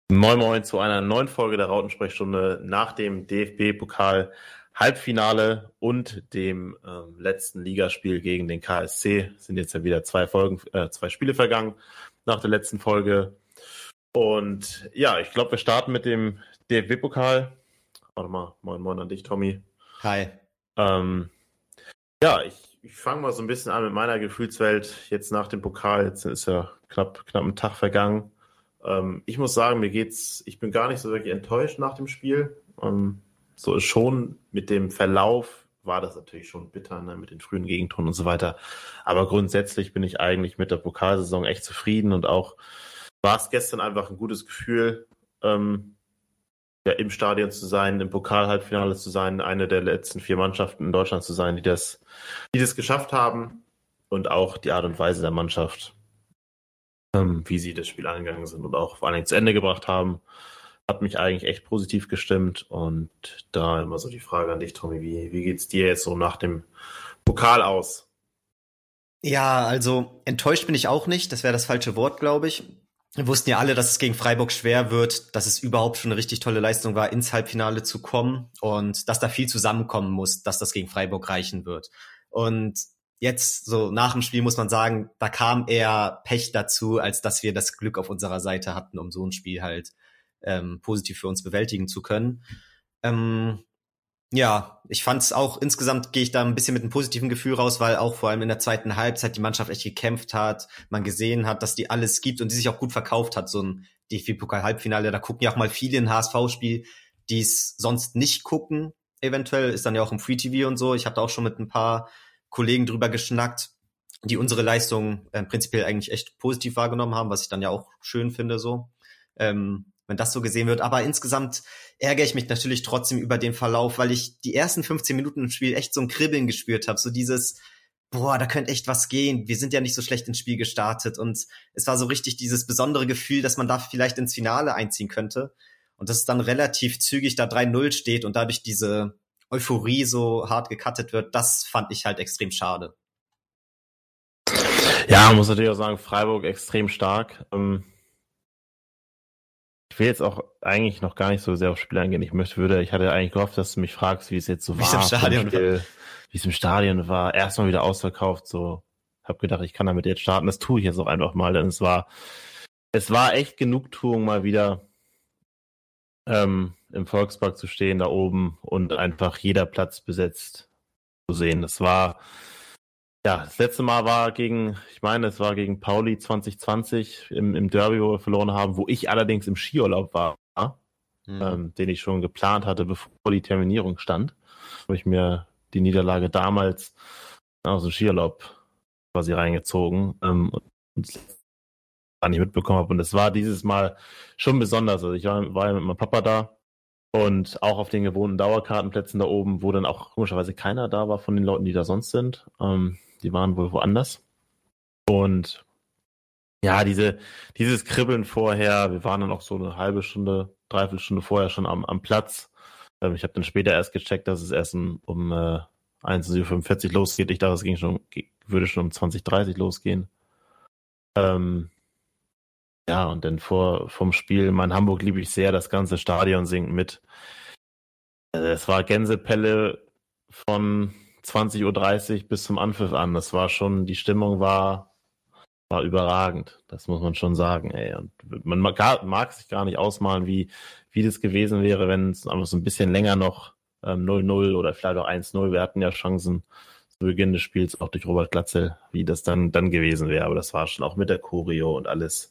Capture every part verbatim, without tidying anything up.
Moin Moin zu einer neuen Folge der Rautensprechstunde nach dem D F B-Pokal-Halbfinale und dem ähm, letzten Ligaspiel gegen den K S C. Sind jetzt ja wieder zwei Folgen, äh, zwei Spiele vergangen nach der letzten Folge. Und ja, ich glaube, wir starten mit dem D F B-Pokal. Warte mal, moin Moin an dich, Tommy. Hi. Ähm, ja, ich, ich fange mal so ein bisschen an mit meiner Gefühlswelt jetzt nach dem Pokal. Jetzt ist ja knapp, knapp ein Tag vergangen. Ich muss sagen, mir geht's, ich bin gar nicht so wirklich enttäuscht nach dem Spiel. Um, so ist schon mit dem Verlauf war das natürlich schon bitter, ne, mit den frühen Gegentoren und so weiter. Aber grundsätzlich bin ich eigentlich mit der Pokalsaison echt zufrieden und auch war es gestern einfach ein gutes Gefühl, ähm, ja, im Stadion zu sein, im Pokal-Halbfinale zu sein, eine der letzten vier Mannschaften in Deutschland zu sein, die das, die das geschafft haben und auch die Art und Weise der Mannschaft, wie sie das Spiel angegangen sind und auch vor allen Dingen zu Ende gebracht haben, hat mich eigentlich echt positiv gestimmt. Und da immer so die Frage an dich, Tommy, wie, wie geht's dir jetzt so nach dem Pokal aus? Ja, also enttäuscht bin ich auch nicht. Das wäre das falsche Wort, glaube ich. Wir wussten ja alle, dass es gegen Freiburg schwer wird, dass es überhaupt schon eine richtig tolle Leistung war, ins Halbfinale zu kommen und dass da viel zusammenkommen muss, dass das gegen Freiburg reichen wird. Und jetzt, so nach dem Spiel muss man sagen, da kam eher Pech dazu, als dass wir das Glück auf unserer Seite hatten, um so ein Spiel halt ähm, positiv für uns bewältigen zu können. Ähm, ja, ich fand's auch, insgesamt gehe ich da ein bisschen mit einem positiven Gefühl raus, weil auch vor allem in der zweiten Halbzeit die Mannschaft echt gekämpft hat, man gesehen hat, dass die alles gibt und die sich auch gut verkauft hat, so ein D F B-Pokal-Halbfinale. Da gucken ja auch mal viele ein H S V-Spiel, die es sonst nicht gucken. Eventuell ist dann ja auch im Free-T V und so. Ich habe da auch schon mit ein paar Kollegen drüber geschnackt, die unsere Leistung äh, prinzipiell eigentlich echt positiv wahrgenommen haben, was ich dann ja auch schön finde, so, ähm, wenn das so gesehen wird. Aber insgesamt ärgere ich mich natürlich trotzdem über den Verlauf, weil ich die ersten fünfzehn Minuten im Spiel echt so ein Kribbeln gespürt habe, so dieses, boah, da könnte echt was gehen. Wir sind ja nicht so schlecht ins Spiel gestartet und es war so richtig dieses besondere Gefühl, dass man da vielleicht ins Finale einziehen könnte und dass es dann relativ zügig da drei null steht und dadurch diese Euphorie so hart gecuttet wird, das fand ich halt extrem schade. Ja, man muss natürlich auch sagen, Freiburg extrem stark. Ich will jetzt auch eigentlich noch gar nicht so sehr aufs Spiel eingehen. Ich möchte, würde, ich hatte eigentlich gehofft, dass du mich fragst, wie es jetzt so wie war, es im Stadion Spiel, wie es im Stadion war. Erstmal wieder ausverkauft, so. Hab gedacht, ich kann damit jetzt starten. Das tue ich jetzt auch einfach mal, denn es war, es war echt Genugtuung, mal wieder ähm, im Volkspark zu stehen, da oben und einfach jeder Platz besetzt zu sehen. Das war, ja, das letzte Mal war gegen, ich meine, es war gegen Pauli zwanzig zwanzig im, im Derby, wo wir verloren haben, wo ich allerdings im Skiurlaub war, mhm. ähm, den ich schon geplant hatte, bevor die Terminierung stand. Habe ich mir die Niederlage damals aus dem Skiurlaub quasi reingezogen ähm, und gar nicht mitbekommen habe. Und es war dieses Mal schon besonders. Also ich war, war ja mit meinem Papa da und auch auf den gewohnten Dauerkartenplätzen da oben, wo dann auch komischerweise keiner da war von den Leuten, die da sonst sind. Ähm, die waren wohl woanders. Und ja, diese dieses Kribbeln vorher, wir waren dann auch so eine halbe Stunde, dreiviertel Stunde vorher schon am, am Platz. Ähm, ich habe dann später erst gecheckt, dass es erst um, um äh, einundzwanzig Uhr fünfundvierzig losgeht. Ich dachte, es ging schon, würde schon um zwanzig Uhr dreißig losgehen. Ähm, ja, und dann vor vom Spiel, mein Hamburg liebe ich sehr, das ganze Stadion singt mit. Also es war Gänsepelle von zwanzig Uhr dreißig bis zum Anpfiff an. Das war schon, die Stimmung war, war überragend. Das muss man schon sagen, ey. Und man mag, mag sich gar nicht ausmalen, wie, wie das gewesen wäre, wenn es einfach so ein bisschen länger noch ähm, null null oder vielleicht auch eins null. Wir hatten ja Chancen zu Beginn des Spiels, auch durch Robert Glatzel, wie das dann, dann gewesen wäre. Aber das war schon auch mit der Choreo und alles.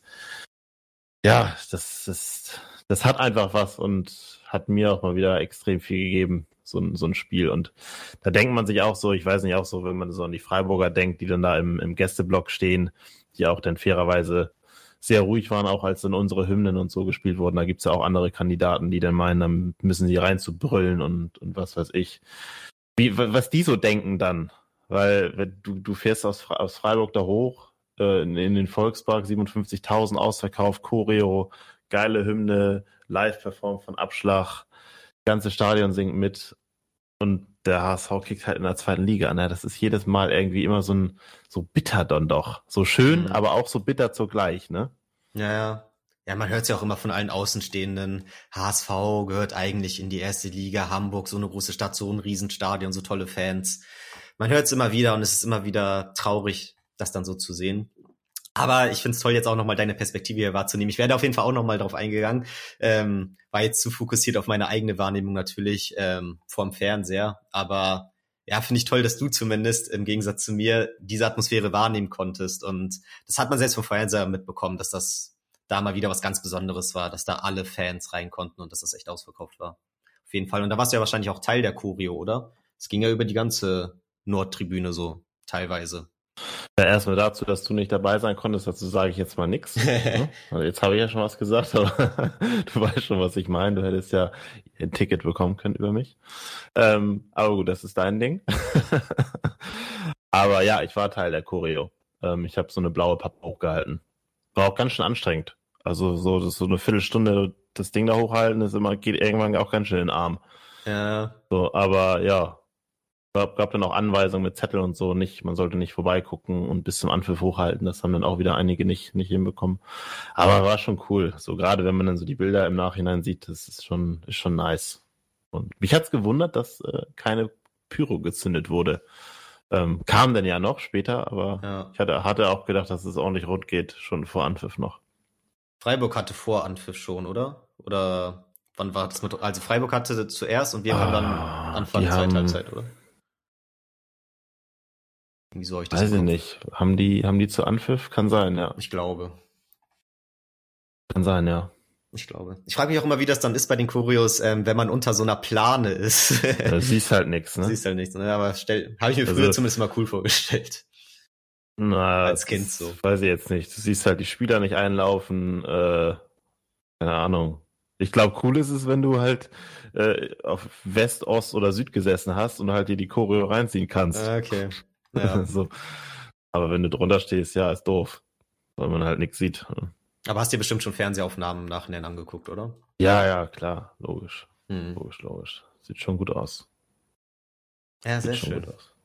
Ja, das ist, das hat einfach was und hat mir auch mal wieder extrem viel gegeben, so ein, so ein Spiel. Und da denkt man sich auch so, ich weiß nicht, auch so, wenn man so an die Freiburger denkt, die dann da im, im Gästeblock stehen, die auch dann fairerweise sehr ruhig waren, auch als dann unsere Hymnen und so gespielt wurden. Da gibt's ja auch andere Kandidaten, die dann meinen, dann müssen sie rein zu brüllen und, und was weiß ich. Wie, was die so denken dann. Weil wenn du, du fährst aus, aus Freiburg da hoch, in den Volkspark, siebenundfünfzigtausend ausverkauft, Choreo, geile Hymne, live performt von Abschlag, das ganze Stadion singt mit und der H S V kickt halt in der zweiten Liga an. Das ist jedes Mal irgendwie immer so ein so bitter dann doch. So schön, mhm. aber auch so bitter zugleich, ne? Ja, ja. Ja, man hört es ja auch immer von allen Außenstehenden. H S V gehört eigentlich in die erste Liga, Hamburg, so eine große Stadt, so ein Riesenstadion, so tolle Fans. Man hört es immer wieder und es ist immer wieder traurig, das dann so zu sehen. Aber ich finde es toll, jetzt auch nochmal deine Perspektive hier wahrzunehmen. Ich werde auf jeden Fall auch nochmal drauf eingegangen. Ähm, war jetzt zu fokussiert auf meine eigene Wahrnehmung natürlich ähm, vorm Fernseher. Aber ja, finde ich toll, dass du zumindest im Gegensatz zu mir diese Atmosphäre wahrnehmen konntest. Und das hat man selbst vom Fernseher mitbekommen, dass das da mal wieder was ganz Besonderes war, dass da alle Fans rein konnten und dass das echt ausverkauft war. Auf jeden Fall. Und da warst du ja wahrscheinlich auch Teil der Choreo, oder? Es ging ja über die ganze Nordtribüne so teilweise. Ja, erstmal dazu, dass du nicht dabei sein konntest, dazu sage ich jetzt mal nichts. Ne? Also jetzt habe ich ja schon was gesagt, aber du weißt schon, was ich meine. Du hättest ja ein Ticket bekommen können über mich. Ähm, aber gut, das ist dein Ding. Aber ja, ich war Teil der Choreo. Ähm, ich habe so eine blaue Pappe hochgehalten. War auch ganz schön anstrengend. Also so, das so eine Viertelstunde das Ding da hochhalten, ist immer, geht irgendwann auch ganz schön in den Arm. Ja. So, aber ja. Gab, gab dann auch Anweisungen mit Zettel und so, nicht, man sollte nicht vorbeigucken und bis zum Anpfiff hochhalten. Das haben dann auch wieder einige nicht, nicht hinbekommen. Aber war schon cool. So, gerade wenn man dann so die Bilder im Nachhinein sieht, das ist schon, ist schon nice. Und mich hat's gewundert, dass äh, keine Pyro gezündet wurde. Ähm, kam dann ja noch später, aber Ja. ich hatte, hatte auch gedacht, dass es ordentlich rund geht, schon vor Anpfiff noch. Freiburg hatte vor Anpfiff schon, oder? Oder wann war das mit, also Freiburg hatte zuerst und wir waren dann Ah, Anfang die zweiter haben- Halbzeit, oder? Wieso habe ich das Weiß im ich Kopf? nicht. Haben die, haben die zu Anpfiff? Kann sein, ja. Ich glaube. Kann sein, ja. Ich glaube. Ich frage mich auch immer, wie das dann ist bei den Choreos, ähm, wenn man unter so einer Plane ist. Da siehst halt nichts, ne? Siehst halt nichts, ne? Aber stell, habe ich mir Also- früher zumindest mal cool vorgestellt. Na, Als Kind das so. Weiß ich jetzt nicht. Du siehst halt die Spieler nicht einlaufen, äh, keine Ahnung. Ich glaube, cool ist es, wenn du halt äh, auf West, Ost oder Süd gesessen hast und halt dir die Choreo reinziehen kannst. Ah, okay. Ja. so. Aber wenn du drunter stehst, ja, ist doof. Weil man halt nichts sieht. Aber hast dir bestimmt schon Fernsehaufnahmen im Nachhinein angeguckt, oder? Ja, ja, klar. Logisch. Hm. Logisch, logisch. Sieht schon gut aus. Ja, Sieht sehr schon schön. gut aus.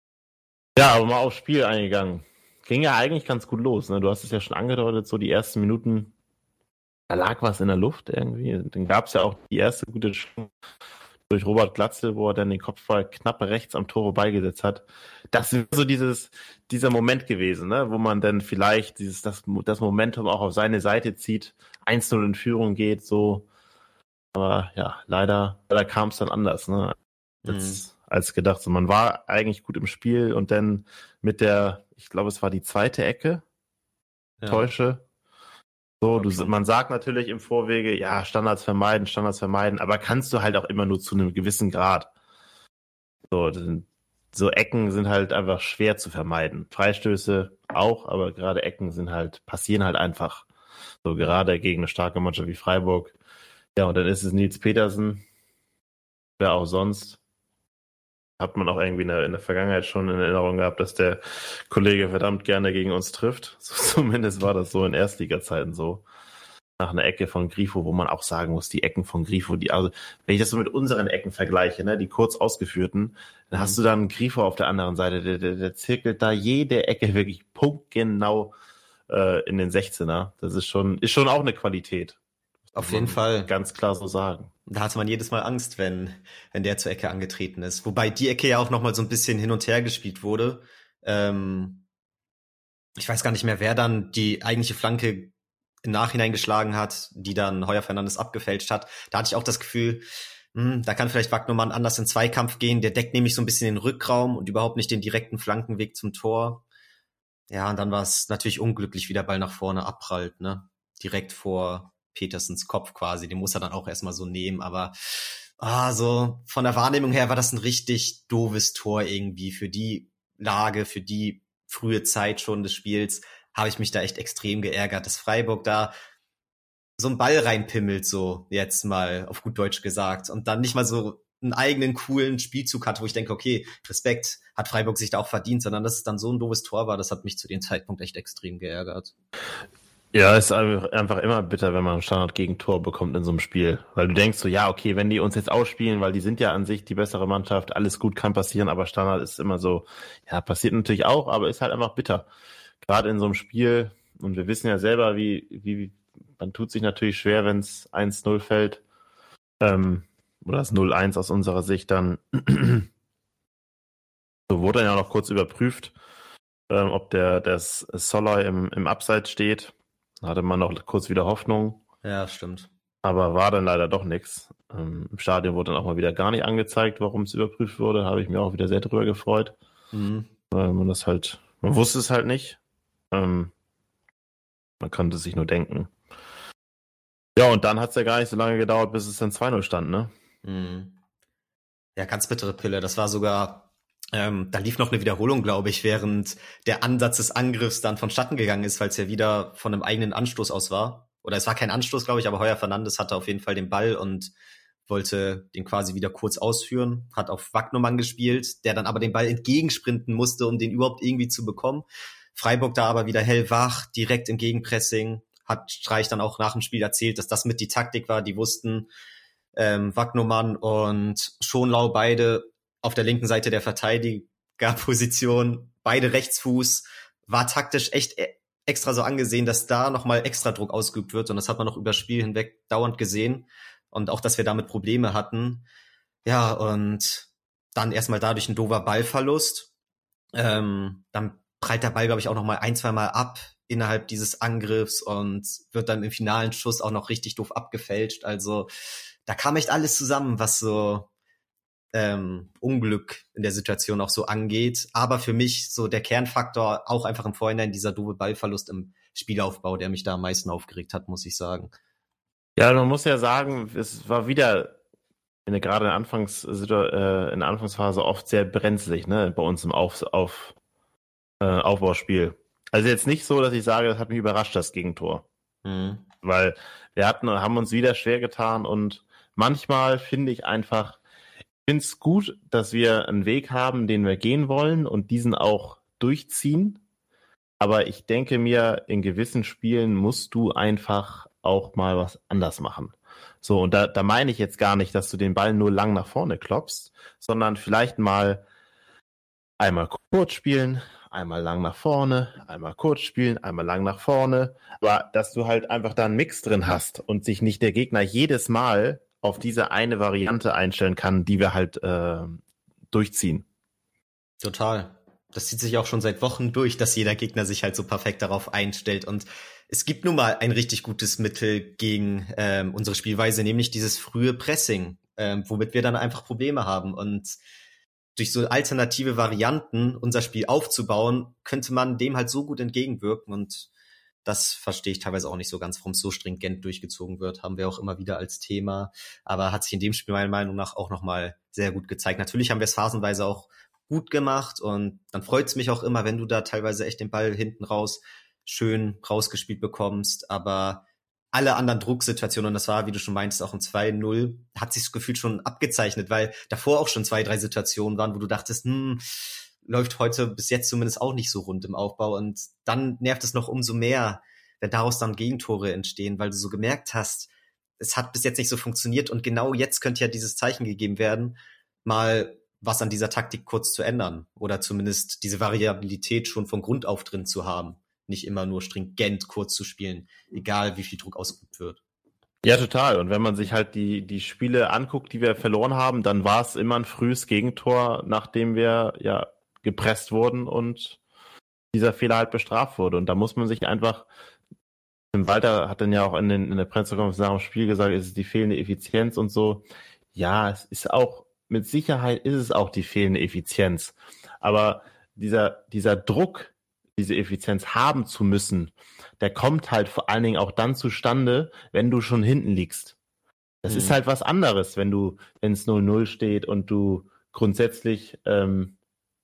Ja, aber mal aufs Spiel eingegangen. Ging ja eigentlich ganz gut los. Ne? Du hast es ja schon angedeutet, so die ersten Minuten, da lag was in der Luft irgendwie. Dann gab es ja auch die erste gute Chance durch Robert Glatzel, wo er dann den Kopfball knapp rechts am Tor vorbeigesetzt hat. Das ist so dieses, dieser Moment gewesen, ne? Wo man dann vielleicht dieses, das, das Momentum auch auf seine Seite zieht, eins null in Führung geht, so. Aber ja, leider, leider kam es dann anders, ne? Als, als gedacht. So, man war eigentlich gut im Spiel und dann mit der, ich glaube, es war die zweite Ecke, Ja. täusche. So, du, schon. man sagt natürlich im Vorwege, ja, Standards vermeiden, Standards vermeiden, aber kannst du halt auch immer nur zu einem gewissen Grad. So, das sind, so Ecken sind halt einfach schwer zu vermeiden. Freistöße auch, aber gerade Ecken sind halt, passieren halt einfach. So, gerade gegen eine starke Mannschaft wie Freiburg. Ja, und dann ist es Nils Petersen. Wer auch sonst. Hat man auch irgendwie in der, in der Vergangenheit schon in Erinnerung gehabt, dass der Kollege verdammt gerne gegen uns trifft. So, zumindest war das so in Erstliga-Zeiten so. Nach einer Ecke von Grifo, wo man auch sagen muss, die Ecken von Grifo, die, also, wenn ich das so mit unseren Ecken vergleiche, ne, die kurz ausgeführten, dann Mhm. hast du dann Grifo auf der anderen Seite, der, der, der zirkelt da jede Ecke wirklich punktgenau äh, in den sechzehner. Das ist schon, ist schon auch eine Qualität. Auf Muss jeden man Fall. Ganz klar so sagen. Da hatte man jedes Mal Angst, wenn, wenn der zur Ecke angetreten ist. Wobei die Ecke ja auch nochmal so ein bisschen hin und her gespielt wurde. Ähm, ich weiß gar nicht mehr, wer dann die eigentliche Flanke im Nachhinein geschlagen hat, die dann Heuer Fernandes abgefälscht hat. Da hatte ich auch das Gefühl, hm, da kann vielleicht Wagnermann anders in Zweikampf gehen. Der deckt nämlich so ein bisschen den Rückraum und überhaupt nicht den direkten Flankenweg zum Tor. Ja, und dann war es natürlich unglücklich, wie der Ball nach vorne abprallt, ne? Direkt vor Petersens Kopf quasi. Den muss er dann auch erstmal so nehmen, aber ah, so von der Wahrnehmung her war das ein richtig doofes Tor irgendwie. Für die Lage, für die frühe Zeit schon des Spiels habe ich mich da echt extrem geärgert, dass Freiburg da so einen Ball reinpimmelt, so jetzt mal auf gut Deutsch gesagt, und dann nicht mal so einen eigenen coolen Spielzug hat, wo ich denke, okay, Respekt, hat Freiburg sich da auch verdient, sondern dass es dann so ein doofes Tor war, das hat mich zu dem Zeitpunkt echt extrem geärgert. Ja, ist einfach immer bitter, wenn man ein Standard-Gegentor bekommt in so einem Spiel. Weil du denkst so, ja, okay, wenn die uns jetzt ausspielen, weil die sind ja an sich die bessere Mannschaft, alles gut, kann passieren, aber Standard ist immer so, ja, passiert natürlich auch, aber ist halt einfach bitter. Gerade in so einem Spiel, und wir wissen ja selber, wie, wie, man tut sich natürlich schwer, wenn es eins null fällt. Ähm, oder das null eins aus unserer Sicht dann. So wurde dann ja noch kurz überprüft, ähm, ob der das Soloy im, im Abseits steht. Da hatte man noch kurz wieder Hoffnung. Ja, stimmt. Aber war dann leider doch nichts. Ähm, Im Stadion wurde dann auch mal wieder gar nicht angezeigt, warum es überprüft wurde. Habe ich mir auch wieder sehr drüber gefreut. Mhm. Weil man das halt, man wusste es halt nicht. Ähm, man konnte es sich nur denken. Ja, und dann hat es ja gar nicht so lange gedauert, bis es dann zwei null stand, ne? Mhm. Ja, ganz bittere Pille. Das war sogar, ähm, da lief noch eine Wiederholung, glaube ich, während der Ansatz des Angriffs dann vonstatten gegangen ist, weil es ja wieder von einem eigenen Anstoß aus war. Oder es war kein Anstoß, glaube ich, aber Heuer Fernandes hatte auf jeden Fall den Ball und wollte den quasi wieder kurz ausführen, hat auf Wagnumann gespielt, der dann aber den Ball entgegensprinten musste, um den überhaupt irgendwie zu bekommen. Freiburg da aber wieder hellwach, direkt im Gegenpressing, hat Streich dann auch nach dem Spiel erzählt, dass das mit die Taktik war. Die wussten, ähm, Wagnumann und Schonlau beide auf der linken Seite der Verteidigerposition, beide Rechtsfuß, war taktisch echt extra so angesehen, dass da nochmal extra Druck ausgeübt wird, und das hat man noch über das Spiel hinweg dauernd gesehen, und auch, dass wir damit Probleme hatten. Ja, und dann erstmal dadurch ein doofer Ballverlust. Ähm, dann prallt der Ball, glaube ich, auch nochmal ein, zwei Mal ab innerhalb dieses Angriffs und wird dann im finalen Schuss auch noch richtig doof abgefälscht. Also da kam echt alles zusammen, was so ähm, Unglück in der Situation auch so angeht. Aber für mich so der Kernfaktor auch einfach im Vorhinein dieser doofe Ballverlust im Spielaufbau, der mich da am meisten aufgeregt hat, muss ich sagen. Ja, man muss ja sagen, es war wieder in der, gerade in der, Anfangs, äh, in der Anfangsphase oft sehr brenzlig, ne, bei uns im Auf, auf, äh, Aufbauspiel. Also jetzt nicht so, dass ich sage, das hat mich überrascht, das Gegentor. Mhm. Weil wir hatten, haben uns wieder schwer getan, und manchmal finde ich einfach, ich finde es gut, dass wir einen Weg haben, den wir gehen wollen und diesen auch durchziehen. Aber ich denke mir, in gewissen Spielen musst du einfach auch mal was anders machen. So, und da, da meine ich jetzt gar nicht, dass du den Ball nur lang nach vorne klopfst, sondern vielleicht mal einmal kurz spielen, einmal lang nach vorne, einmal kurz spielen, einmal lang nach vorne. Aber dass du halt einfach da einen Mix drin hast und sich nicht der Gegner jedes Mal auf diese eine Variante einstellen kann, die wir halt äh, durchziehen. Total. Das zieht sich auch schon seit Wochen durch, dass jeder Gegner sich halt so perfekt darauf einstellt. Und es gibt nun mal ein richtig gutes Mittel gegen ähm, unsere Spielweise, nämlich dieses frühe Pressing, ähm, womit wir dann einfach Probleme haben. Und durch so alternative Varianten unser Spiel aufzubauen, könnte man dem halt so gut entgegenwirken. Und das verstehe ich teilweise auch nicht so ganz, warum es so stringent durchgezogen wird. Haben wir auch immer wieder als Thema. Aber hat sich in dem Spiel meiner Meinung nach auch nochmal sehr gut gezeigt. Natürlich haben wir es phasenweise auch gut gemacht, und dann freut es mich auch immer, wenn du da teilweise echt den Ball hinten raus schön rausgespielt bekommst, aber alle anderen Drucksituationen, und das war, wie du schon meinst, auch im zwei null, hat sich das Gefühl schon abgezeichnet, weil davor auch schon zwei, drei Situationen waren, wo du dachtest, hm, läuft heute bis jetzt zumindest auch nicht so rund im Aufbau, und dann nervt es noch umso mehr, wenn daraus dann Gegentore entstehen, weil du so gemerkt hast, es hat bis jetzt nicht so funktioniert, und genau jetzt könnte ja dieses Zeichen gegeben werden, mal was an dieser Taktik kurz zu ändern oder zumindest diese Variabilität schon von Grund auf drin zu haben. Nicht immer nur stringent kurz zu spielen, egal wie viel Druck ausgeübt wird. Ja, total. Und wenn man sich halt die, die Spiele anguckt, die wir verloren haben, dann war es immer ein frühes Gegentor, nachdem wir ja gepresst wurden und dieser Fehler halt bestraft wurde. Und da muss man sich einfach, Tim Walter hat dann ja auch in, den, in der Pressekonferenz nach dem Spiel gesagt, es ist die fehlende Effizienz und so. Ja, es ist auch, mit Sicherheit ist es auch die fehlende Effizienz. Aber dieser, dieser Druck, diese Effizienz haben zu müssen, der kommt halt vor allen Dingen auch dann zustande, wenn du schon hinten liegst. Das mhm. ist halt was anderes, wenn du, wenn es null null steht und du grundsätzlich ähm,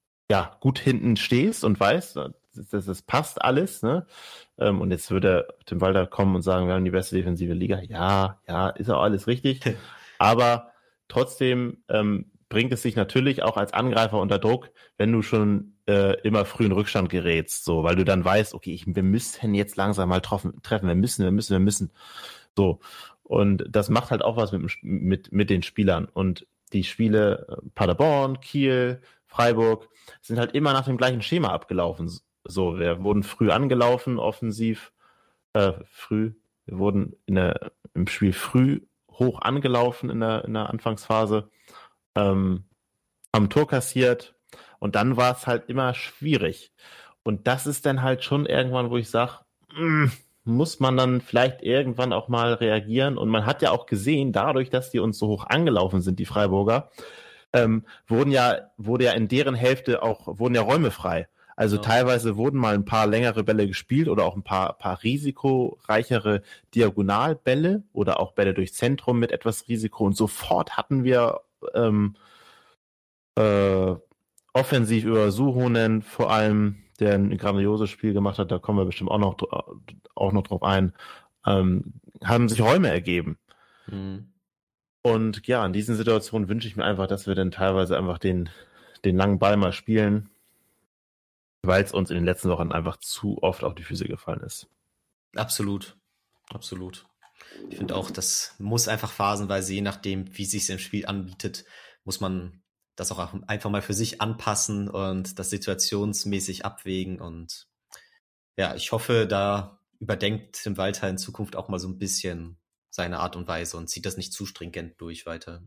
ja gut hinten stehst und weißt, das, das, das passt alles, ne? Ähm, und jetzt würde Tim Walter kommen und sagen, wir haben die beste defensive Liga. Ja, ja, ist auch alles richtig. Aber trotzdem ähm, bringt es sich natürlich auch als Angreifer unter Druck, wenn du schon äh, immer früh in Rückstand gerätst, so, weil du dann weißt, okay, ich, wir müssen jetzt langsam mal treffen, treffen, wir müssen, wir müssen, wir müssen, so. Und das macht halt auch was mit, mit, mit den Spielern. Und die Spiele Paderborn, Kiel, Freiburg sind halt immer nach dem gleichen Schema abgelaufen. So, wir wurden früh angelaufen, offensiv, äh, früh, Wir wurden in der, im Spiel früh hoch angelaufen in der, in der Anfangsphase, ähm, haben Tor kassiert und dann war es halt immer schwierig. Und das ist dann halt schon irgendwann, wo ich sage, muss man dann vielleicht irgendwann auch mal reagieren. Und man hat ja auch gesehen, dadurch, dass die uns so hoch angelaufen sind, die Freiburger, ähm, wurden ja, wurde ja in deren Hälfte auch, wurden ja Räume frei. Also ja. Teilweise wurden mal ein paar längere Bälle gespielt oder auch ein paar, paar risikoreichere Diagonalbälle oder auch Bälle durch Zentrum mit etwas Risiko. Und sofort hatten wir ähm, äh, offensiv über Suhonen vor allem, der ein grandioses Spiel gemacht hat, da kommen wir bestimmt auch noch, auch noch drauf ein, ähm, haben sich Räume ergeben. Mhm. Und ja, in diesen Situationen wünsche ich mir einfach, dass wir dann teilweise einfach den, den langen Ball mal spielen, weil es uns in den letzten Wochen einfach zu oft auf die Füße gefallen ist. Absolut, absolut. Ich finde auch, das muss einfach phasenweise, je nachdem, wie es sich im Spiel anbietet, muss man das auch einfach mal für sich anpassen und das situationsmäßig abwägen. Und ja, ich hoffe, da überdenkt Tim Walter in Zukunft auch mal so ein bisschen seine Art und Weise und zieht das nicht zu stringent durch weiter.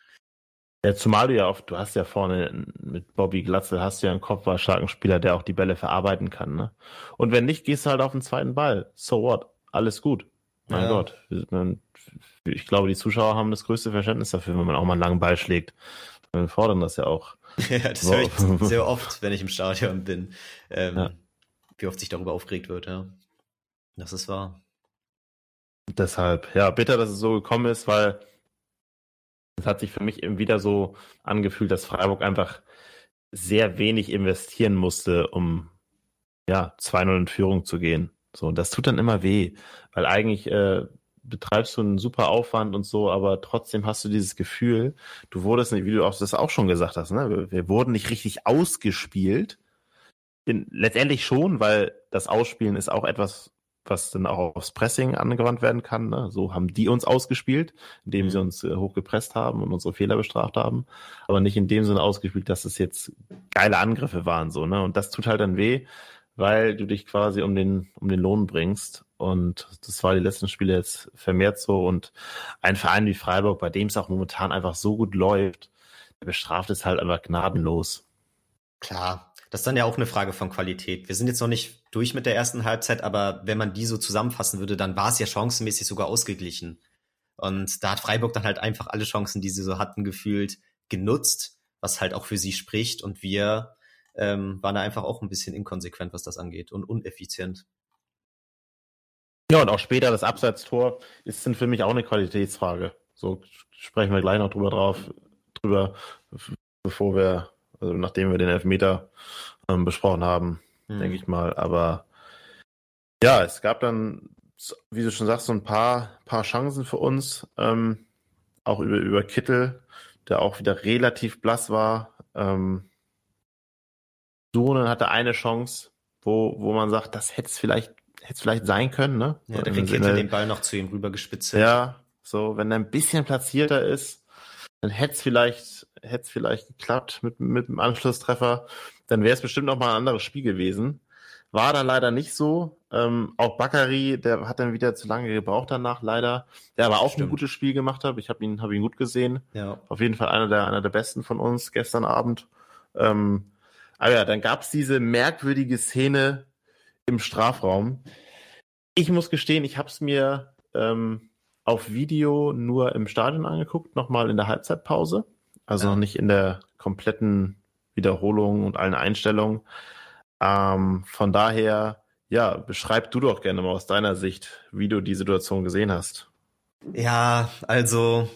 Ja, zumal du ja oft, du hast ja vorne mit Bobby Glatzel, hast du ja einen kopfballstarken Spieler, der auch die Bälle verarbeiten kann, ne? Und wenn nicht, gehst du halt auf den zweiten Ball. So what? Alles gut. Mein ja. Gott. Ich glaube, die Zuschauer haben das größte Verständnis dafür, wenn man auch mal einen langen Ball schlägt. Wir fordern das ja auch. Ja, das wow. höre ich sehr oft, wenn ich im Stadion bin. Ähm, ja. Wie oft sich darüber aufgeregt wird, ja. Das ist wahr. Deshalb, ja, bitter, dass es so gekommen ist, weil es hat sich für mich eben wieder so angefühlt, dass Freiburg einfach sehr wenig investieren musste, um ja zwei null in Führung zu gehen. So, und das tut dann immer weh, weil eigentlich äh, betreibst du einen super Aufwand und so, aber trotzdem hast du dieses Gefühl, du wurdest nicht, wie du auch das auch schon gesagt hast, ne, wir, wir wurden nicht richtig ausgespielt. In, letztendlich schon, weil das Ausspielen ist auch etwas, was dann auch aufs Pressing angewandt werden kann. Ne? So haben die uns ausgespielt, indem mhm. sie uns äh, hochgepresst haben und unsere Fehler bestraft haben, aber nicht in dem Sinne ausgespielt, dass es jetzt geile Angriffe waren. So, ne? Und das tut halt dann weh, weil du dich quasi um den, um den Lohn bringst. Und das war die letzten Spiele jetzt vermehrt so. Und ein Verein wie Freiburg, bei dem es auch momentan einfach so gut läuft, der bestraft es halt einfach gnadenlos. Klar. Das ist dann ja auch eine Frage von Qualität. Wir sind jetzt noch nicht durch mit der ersten Halbzeit, aber wenn man die so zusammenfassen würde, dann war es ja chancenmäßig sogar ausgeglichen. Und da hat Freiburg dann halt einfach alle Chancen, die sie so hatten, gefühlt genutzt, was halt auch für sie spricht. Und wir ähm, waren da einfach auch ein bisschen inkonsequent, was das angeht und uneffizient. Ja, und auch später das Abseitstor ist dann für mich auch eine Qualitätsfrage. So sprechen wir gleich noch drüber drauf, drüber, bevor wir Also nachdem wir den Elfmeter ähm, besprochen haben, mhm. denke ich mal. Aber ja, es gab dann, wie du schon sagst, so ein paar, paar Chancen für uns. Ähm, auch über, über Kittel, der auch wieder relativ blass war. Ähm, Suhonen hatte eine Chance, wo, wo man sagt, das hätte es vielleicht, hätte es vielleicht sein können. Ne? Ja, da kriegt Kittel den Ball noch zu ihm rübergespitzt. Ja, so, wenn er ein bisschen platzierter ist, dann hätte es vielleicht, hätte es vielleicht geklappt mit, mit dem Anschlusstreffer. Dann wäre es bestimmt noch mal ein anderes Spiel gewesen. War da leider nicht so. Ähm, auch Bakary, der hat dann wieder zu lange gebraucht danach, leider. Der aber auch Stimmt. ein gutes Spiel gemacht hat. Ich habe ihn, hab ihn gut gesehen. Ja. Auf jeden Fall einer der, einer der besten von uns gestern Abend. Ähm, aber ja, dann gab es diese merkwürdige Szene im Strafraum. Ich muss gestehen, ich habe es mir ähm, auf Video nur im Stadion angeguckt, nochmal in der Halbzeitpause. Also ja. noch nicht in der kompletten Wiederholung und allen Einstellungen. Ähm, von daher, ja, beschreib du doch gerne mal aus deiner Sicht, wie du die Situation gesehen hast. Ja, also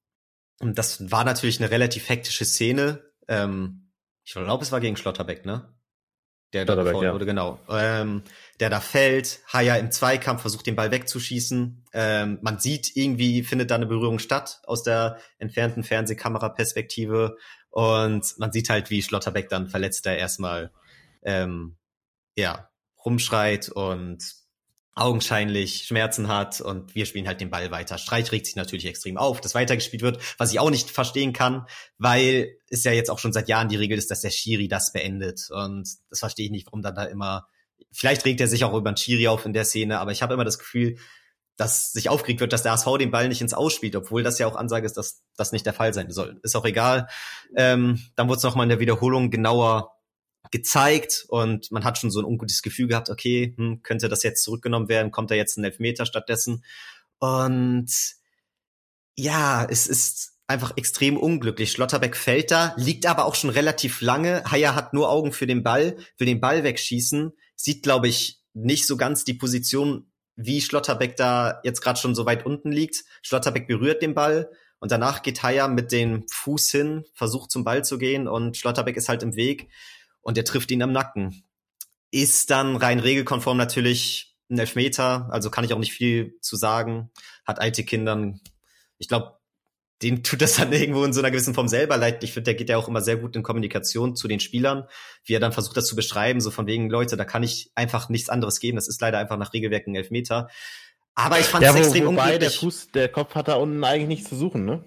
das war natürlich eine relativ hektische Szene. Ähm, ich glaube, es war gegen Schlotterbeck, ne? Der da gefault ja. wurde, genau. Ähm, der da fällt, Haya im Zweikampf versucht, den Ball wegzuschießen. Ähm, man sieht irgendwie, findet da eine Berührung statt aus der entfernten Fernsehkameraperspektive. Und man sieht halt, wie Schlotterbeck dann verletzt da erstmal ähm, ja, rumschreit und augenscheinlich Schmerzen hat und wir spielen halt den Ball weiter. Streich regt sich natürlich extrem auf, dass weitergespielt wird, was ich auch nicht verstehen kann, weil es ja jetzt auch schon seit Jahren die Regel ist, dass der Schiri das beendet und das verstehe ich nicht, warum dann da immer, vielleicht regt er sich auch über den Schiri auf in der Szene, aber ich habe immer das Gefühl, dass sich aufgeregt wird, dass der H S V den Ball nicht ins Ausspielt, obwohl das ja auch Ansage ist, dass das nicht der Fall sein soll. Ist auch egal. Ähm, dann wurde es nochmal in der Wiederholung genauer gezeigt und man hat schon so ein ungutes Gefühl gehabt, okay, hm, könnte das jetzt zurückgenommen werden, kommt da jetzt ein Elfmeter stattdessen? Und ja, es ist einfach extrem unglücklich. Schlotterbeck fällt da, liegt aber auch schon relativ lange. Haier hat nur Augen für den Ball, will den Ball wegschießen, sieht, glaube ich, nicht so ganz die Position, wie Schlotterbeck da jetzt gerade schon so weit unten liegt. Schlotterbeck berührt den Ball und danach geht Haier mit dem Fuß hin, versucht zum Ball zu gehen und Schlotterbeck ist halt im Weg und er trifft ihn am Nacken. Ist dann rein regelkonform natürlich ein Elfmeter, also kann ich auch nicht viel zu sagen. Hat Aitekin dann, ich glaube, den tut das dann irgendwo in so einer gewissen Form selber leid. Ich finde, der geht ja auch immer sehr gut in Kommunikation zu den Spielern, wie er dann versucht, das zu beschreiben, so von wegen, Leute, da kann ich einfach nichts anderes geben. Das ist leider einfach nach Regelwerk ein Elfmeter. Aber ich fand es ja, wo, extrem wobei unglücklich. Der Fuß, der Kopf hat da unten eigentlich nichts zu suchen, ne?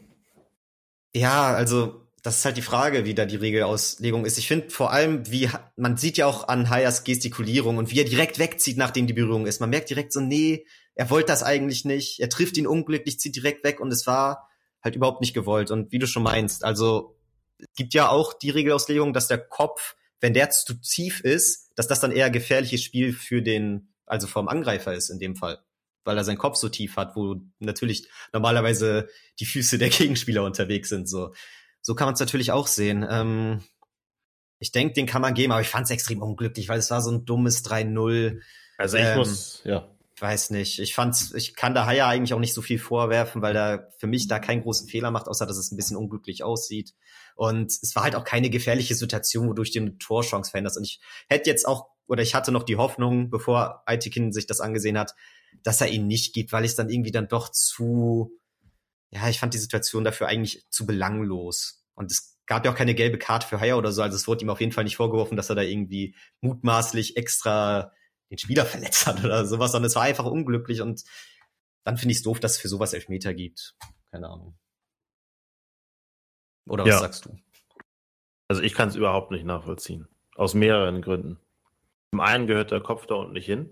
Ja, also das ist halt die Frage, wie da die Regelauslegung ist. Ich finde vor allem, wie man sieht ja auch an Haiers Gestikulierung und wie er direkt wegzieht, nachdem die Berührung ist. Man merkt direkt so, nee, er wollte das eigentlich nicht. Er trifft ihn unglücklich, zieht direkt weg und es war halt überhaupt nicht gewollt. Und wie du schon meinst, also es gibt ja auch die Regelauslegung, dass der Kopf, wenn der zu tief ist, dass das dann eher gefährliches Spiel für den, also vom Angreifer ist in dem Fall. Weil er seinen Kopf so tief hat, wo natürlich normalerweise die Füße der Gegenspieler unterwegs sind. So, so kann man es natürlich auch sehen. Ähm, ich denke, den kann man geben, aber ich fand es extrem unglücklich, weil es war so ein dummes drei null. Also ich ähm, muss, ja. Weiß nicht. Ich fand's, ich kann da Haier eigentlich auch nicht so viel vorwerfen, weil der für mich da keinen großen Fehler macht, außer dass es ein bisschen unglücklich aussieht. Und es war halt auch keine gefährliche Situation, wodurch du eine Torchance veränderst. Und ich hätte jetzt auch, oder ich hatte noch die Hoffnung, bevor Aitekin sich das angesehen hat, dass er ihn nicht gibt, weil ich es dann irgendwie dann doch zu, ja, ich fand die Situation dafür eigentlich zu belanglos. Und es gab ja auch keine gelbe Karte für Haier oder so, also es wurde ihm auf jeden Fall nicht vorgeworfen, dass er da irgendwie mutmaßlich extra den Spieler verletzt hat oder sowas, sondern es war einfach unglücklich und dann finde ich es doof, dass es für sowas Elfmeter gibt. Keine Ahnung. Oder was ja. sagst du? Also ich kann es überhaupt nicht nachvollziehen. Aus mehreren Gründen. Zum einen gehört der Kopf da unten nicht hin.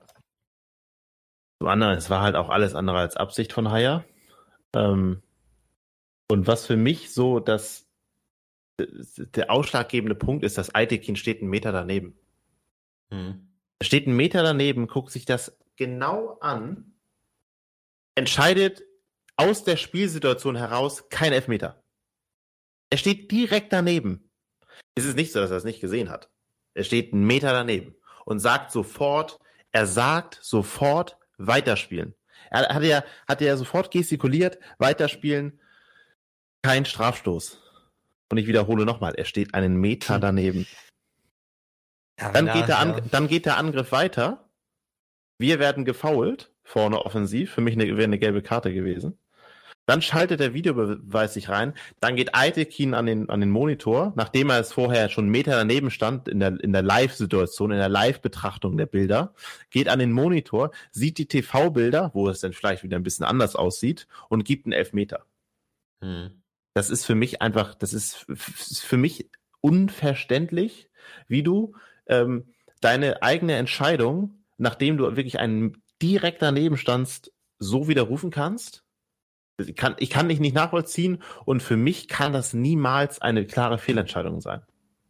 Zum anderen, es war halt auch alles andere als Absicht von Haier. Ähm, und was für mich so das, der ausschlaggebende Punkt ist, dass Aitekin steht einen Meter daneben. Hm. Er steht einen Meter daneben, guckt sich das genau an, entscheidet aus der Spielsituation heraus kein Elfmeter. Er steht direkt daneben. Es ist nicht so, dass er es nicht gesehen hat. Er steht einen Meter daneben und sagt sofort, er sagt sofort weiterspielen. Er hat ja, hat ja sofort gestikuliert, weiterspielen, kein Strafstoß. Und ich wiederhole nochmal, er steht einen Meter daneben. Ja, dann, geht der An- ja. dann geht der Angriff weiter. Wir werden gefoult, vorne offensiv. Für mich eine, wäre eine gelbe Karte gewesen. Dann schaltet der Videobeweis sich rein. Dann geht Aitekin an den, an den Monitor, nachdem er es vorher schon einen Meter daneben stand, in der, in der Live-Situation, in der Live-Betrachtung der Bilder, geht an den Monitor, sieht die T V-Bilder, wo es dann vielleicht wieder ein bisschen anders aussieht, und gibt einen Elfmeter. Hm. Das ist für mich einfach, das ist für mich unverständlich, wie du ähm, deine eigene Entscheidung, nachdem du wirklich einen direkt daneben standst, so widerrufen kannst. Ich kann, ich kann dich nicht nachvollziehen und für mich kann das niemals eine klare Fehlentscheidung sein.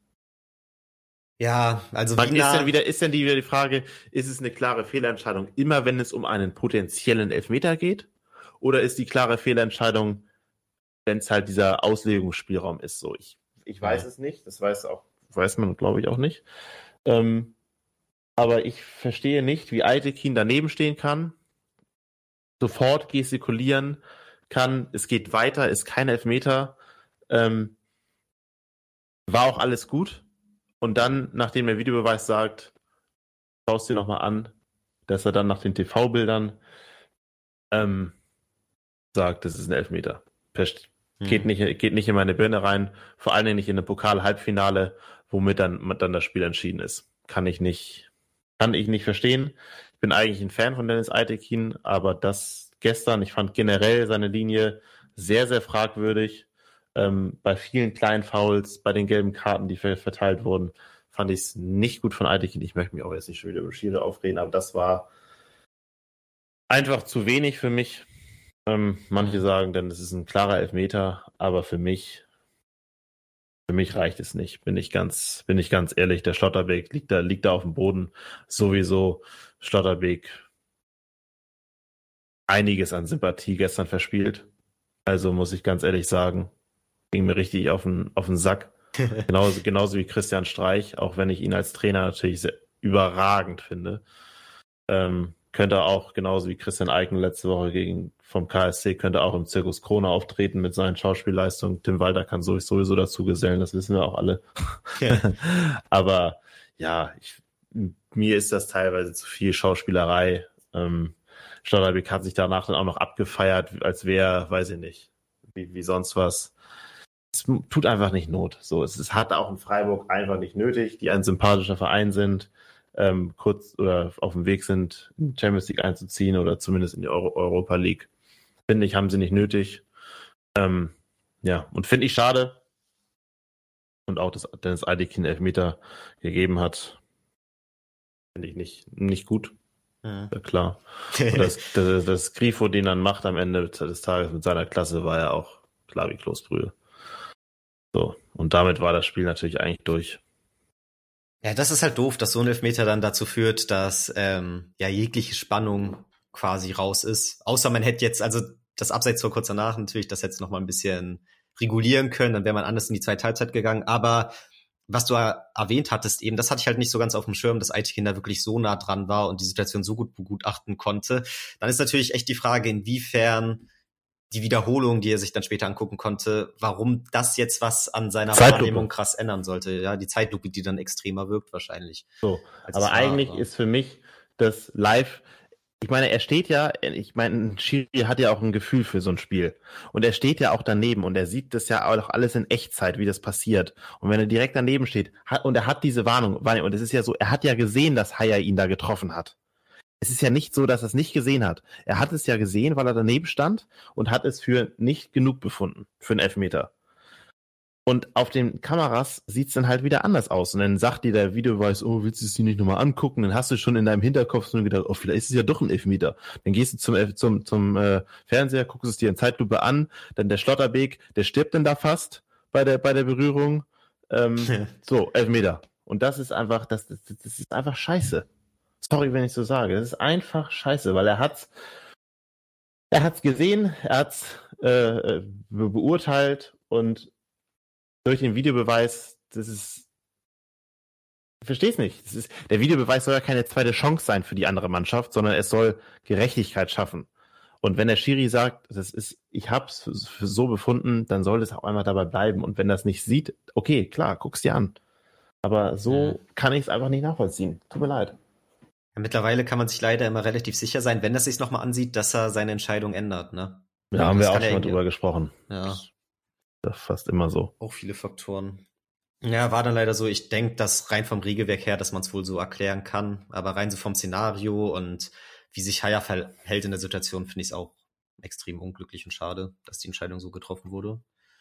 Ja, also wie ist denn wieder, ist denn die, wieder die Frage, ist es eine klare Fehlentscheidung immer, wenn es um einen potenziellen Elfmeter geht? Oder ist die klare Fehlentscheidung, wenn es halt dieser Auslegungsspielraum ist? So, ich, ich weiß ja. es nicht, das weiß auch, weiß man, glaube ich, auch nicht. Ähm, aber ich verstehe nicht, wie Aitekin daneben stehen kann, sofort gestikulieren kann, es geht weiter, ist kein Elfmeter, ähm, war auch alles gut. Und dann, nachdem der Videobeweis sagt, schaust dir nochmal an, dass er dann nach den T V-Bildern ähm, sagt, das ist ein Elfmeter. Pest. Hm. Geht nicht, geht nicht in meine Birne rein, vor allen Dingen nicht in eine Pokal-Halbfinale, womit dann, dann das Spiel entschieden ist. Kann ich nicht, kann ich nicht verstehen. Ich bin eigentlich ein Fan von Dennis Aitekin, aber das gestern, ich fand generell seine Linie sehr, sehr fragwürdig. Ähm, bei vielen kleinen Fouls, bei den gelben Karten, die verteilt wurden, fand ich es nicht gut von Aitekin. Ich möchte mich auch jetzt nicht schon wieder über Schiri aufreden, aber das war Einfach zu wenig für mich. Ähm, manche sagen, denn es ist ein klarer Elfmeter, aber für mich, für mich reicht es nicht. Bin ich ganz, bin ich ganz ehrlich. Der Schlotterbeck liegt da, liegt da auf dem Boden. Sowieso Schlotterbeck einiges an Sympathie gestern verspielt. Also muss ich ganz ehrlich sagen, ging mir richtig auf den, auf den Sack. Genauso, genauso wie Christian Streich, auch wenn ich ihn als Trainer natürlich sehr überragend finde. Ähm, könnte auch, genauso wie Christian Eichen letzte Woche gegen vom K S C, könnte auch im Zirkus Krone auftreten mit seinen Schauspielleistungen. Tim Walter kann sowieso dazu gesellen, das wissen wir auch alle. Ja. Aber ja, ich, mir ist das teilweise zu viel Schauspielerei. Ähm, Stotterbeck hat sich danach dann auch noch abgefeiert, als wäre, weiß ich nicht, wie, wie sonst was. Es tut einfach nicht Not. So, es, es hat auch in Freiburg einfach nicht nötig, die ein sympathischer Verein sind, ähm, kurz oder auf dem Weg sind, in die Champions League einzuziehen oder zumindest in die Euro- Europa League. Finde ich, haben sie nicht nötig. Ähm, ja, und finde ich schade. Und auch, dass Dennis Eitekin Elfmeter gegeben hat, finde ich nicht, nicht gut. Ja, ja klar. Und das, das, das Grifo, den dann macht am Ende des Tages mit seiner Klasse, war ja auch klar wie Kloßbrühe. So, und damit war das Spiel natürlich eigentlich durch. Ja, das ist halt doof, dass so ein Elfmeter dann dazu führt, dass ähm, ja jegliche Spannung quasi raus ist. Außer man hätte jetzt, also das Abseits vor kurz danach natürlich, das jetzt noch mal ein bisschen regulieren können, dann wäre man anders in die zweite Halbzeit gegangen. Aber was du erwähnt hattest eben, das hatte ich halt nicht so ganz auf dem Schirm, dass Eitekin da wirklich so nah dran war und die Situation so gut begutachten konnte. Dann ist natürlich echt die Frage, inwiefern die Wiederholung, die er sich dann später angucken konnte, warum das jetzt was an seiner Zeitlupe. Wahrnehmung krass ändern sollte. Ja, die Zeitlupe, die dann extremer wirkt wahrscheinlich. So, aber eigentlich war. Ist für mich das live, ich meine, er steht ja, ich meine, Schiri hat ja auch ein Gefühl für so ein Spiel. Und er steht ja auch daneben und er sieht das ja auch alles in Echtzeit, wie das passiert. Und wenn er direkt daneben steht, hat, und er hat diese Warnung, und es ist ja so, er hat ja gesehen, dass Haya ihn da getroffen hat. Es ist ja nicht so, dass er es nicht gesehen hat. Er hat es ja gesehen, weil er daneben stand und hat es für nicht genug befunden, für einen Elfmeter. Und auf den Kameras sieht es dann halt wieder anders aus. Und dann sagt dir der Videobeweis, oh, willst du es dir nicht nochmal angucken? Dann hast du schon in deinem Hinterkopf so gedacht, oh, vielleicht ist es ja doch ein Elfmeter. Dann gehst du zum, zum, zum äh, Fernseher, guckst es dir in Zeitlupe an, dann der Schlotterbeck, der stirbt dann da fast bei der, bei der Berührung. Ähm, so, Elfmeter. Und das ist einfach, das, das, das ist einfach scheiße. Sorry, wenn ich so sage. Das ist einfach scheiße, weil er hat's, er hat's gesehen, er hat's äh, be- beurteilt und durch den Videobeweis, das ist, ich versteh's nicht. Das ist, der Videobeweis soll ja keine zweite Chance sein für die andere Mannschaft, sondern es soll Gerechtigkeit schaffen. Und wenn der Schiri sagt, das ist, ich hab's für so befunden, dann soll es auch einmal dabei bleiben. Und wenn das nicht sieht, okay, klar, guck's dir an. Aber so mhm. kann ich es einfach nicht nachvollziehen. Tut mir leid. Ja, mittlerweile kann man sich leider immer relativ sicher sein, wenn er sich nochmal ansieht, dass er seine Entscheidung ändert, ne? Ja, ja haben wir auch schon mal drüber gesprochen. Ja. Das ist fast immer so. Auch viele Faktoren. Ja, war dann leider so. Ich denke, dass rein vom Regelwerk her, dass man es wohl so erklären kann, aber rein so vom Szenario und wie sich Haya verhält in der Situation, finde ich es auch extrem unglücklich und schade, dass die Entscheidung so getroffen wurde.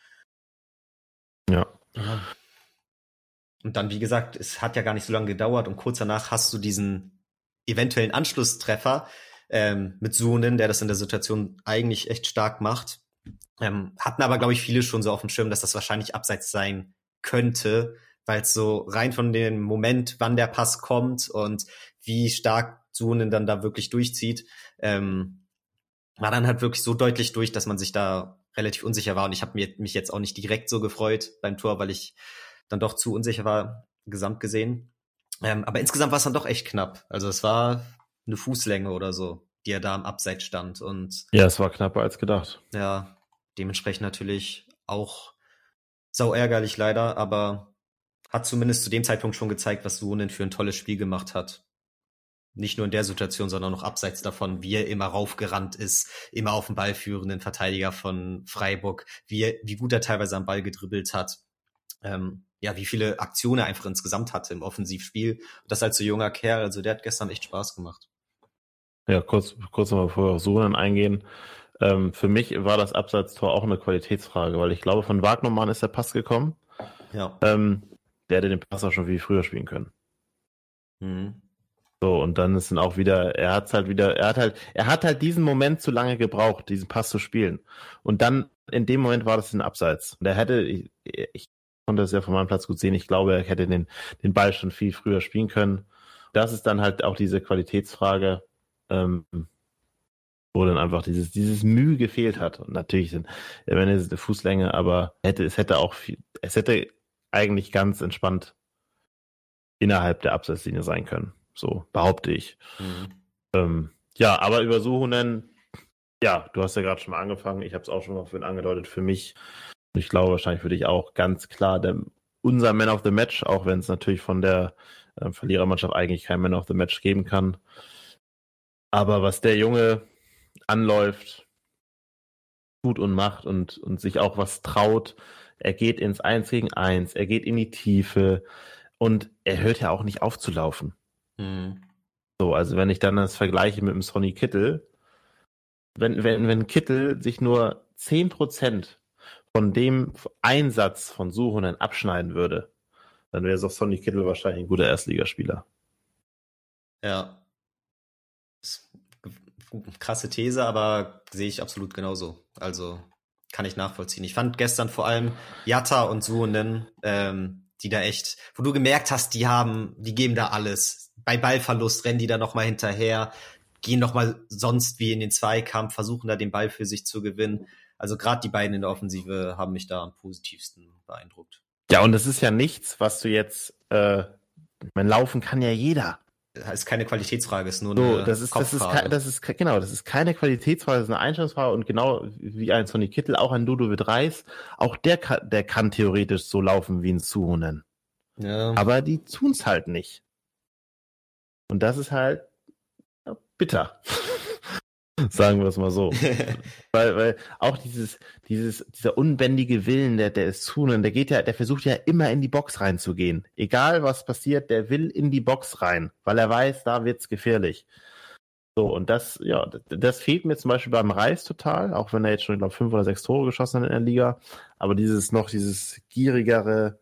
Ja. ja. Und dann, wie gesagt, es hat ja gar nicht so lange gedauert und kurz danach hast du diesen eventuellen Anschlusstreffer ähm, mit Suhonen, der das in der Situation eigentlich echt stark macht. Ähm, hatten aber, glaube ich, viele schon so auf dem Schirm, dass das wahrscheinlich abseits sein könnte, weil es so rein von dem Moment, wann der Pass kommt und wie stark Suhonen dann da wirklich durchzieht, ähm, war dann halt wirklich so deutlich durch, dass man sich da relativ unsicher war. Und ich habe mich jetzt auch nicht direkt so gefreut beim Tor, weil ich dann doch zu unsicher war, gesamt gesehen. Ähm, aber insgesamt war es dann doch echt knapp. Also es war eine Fußlänge oder so, die er da am Abseits stand. Und ja, es war knapper als gedacht. Ja, dementsprechend natürlich auch sau ärgerlich leider, aber hat zumindest zu dem Zeitpunkt schon gezeigt, was Suhonen für ein tolles Spiel gemacht hat. Nicht nur in der Situation, sondern auch abseits davon, wie er immer raufgerannt ist, immer auf den Ball führenden Verteidiger von Freiburg, wie, er, wie gut er teilweise am Ball gedribbelt hat. Ähm, ja, wie viele Aktionen er einfach insgesamt hatte im Offensivspiel. Und das als so junger Kerl, also der hat gestern echt Spaß gemacht. Ja, kurz, kurz nochmal bevor wir auf Suhonen eingehen. Ähm, für mich war das Abseitstor auch eine Qualitätsfrage, weil ich glaube, von Wagnermann ist der Pass gekommen. Ja. Ähm, der hätte den Pass auch schon viel früher spielen können. Mhm. So, und dann ist dann auch wieder, er hat's halt wieder, er hat halt, er hat halt diesen Moment zu lange gebraucht, diesen Pass zu spielen. Und dann, in dem Moment war das ein Abseits. Und er hätte, ich, ich konnte das ja von meinem Platz gut sehen, ich glaube, er hätte den, den Ball schon viel früher spielen können. Das ist dann halt auch diese Qualitätsfrage, ähm, wo dann einfach dieses, dieses Mühe gefehlt hat. Und natürlich sind, wenn es eine Fußlänge, aber hätte, es hätte auch viel, es hätte eigentlich ganz entspannt innerhalb der Abseitslinie sein können. So behaupte ich. Mhm. Ähm, ja, aber über Suhonen, ja, du hast ja gerade schon mal angefangen. Ich habe es auch schon mal für ihn angedeutet. Für mich, und ich glaube wahrscheinlich für dich auch, ganz klar der, unser Man of the Match, auch wenn es natürlich von der äh, Verlierermannschaft eigentlich kein Man of the Match geben kann. Aber was der Junge anläuft, tut und macht und, und sich auch was traut, er geht ins Eins gegen Eins, er geht in die Tiefe und er hört ja auch nicht auf zu laufen. Mhm. So, also wenn ich dann das vergleiche mit dem Sonny Kittel, wenn, wenn, wenn Kittel sich nur zehn Prozent von dem Einsatz von Suhonen abschneiden würde, dann wäre es auch Sonny Kittel wahrscheinlich ein guter Erstligaspieler. Ja. Krasse These, aber sehe ich absolut genauso. Also kann ich nachvollziehen. Ich fand gestern vor allem Jatta und Suhonen, ähm, die da echt, wo du gemerkt hast, die haben, die geben da alles. Bei Ballverlust rennen die da nochmal hinterher, gehen nochmal sonst wie in den Zweikampf, versuchen da den Ball für sich zu gewinnen. Also gerade die beiden in der Offensive haben mich da am positivsten beeindruckt. Ja, und das ist ja nichts, was du jetzt, äh, mein Laufen kann ja jeder. Das ist keine Qualitätsfrage, ist nur so, eine das ist, Kopffrage. Das ist, das ist, genau, das ist keine Qualitätsfrage, das ist eine Einstellungsfrage und genau wie ein Sonny Kittel, auch ein Ludovic Reis, auch der kann, der kann theoretisch so laufen wie ein Suhonen. Ja. Aber die tun's halt nicht. Und das ist halt ja, bitter. Sagen wir es mal so. weil, weil auch dieses, dieses, dieser unbändige Willen, der, der ist Suhonen, der geht ja, der versucht ja immer in die Box reinzugehen. Egal was passiert, der will in die Box rein, weil er weiß, da wird's gefährlich. So, und das, ja, das, das fehlt mir zum Beispiel beim Reis total, auch wenn er jetzt schon, ich glaube, fünf oder sechs Tore geschossen hat in der Liga. Aber dieses noch, dieses gierigere,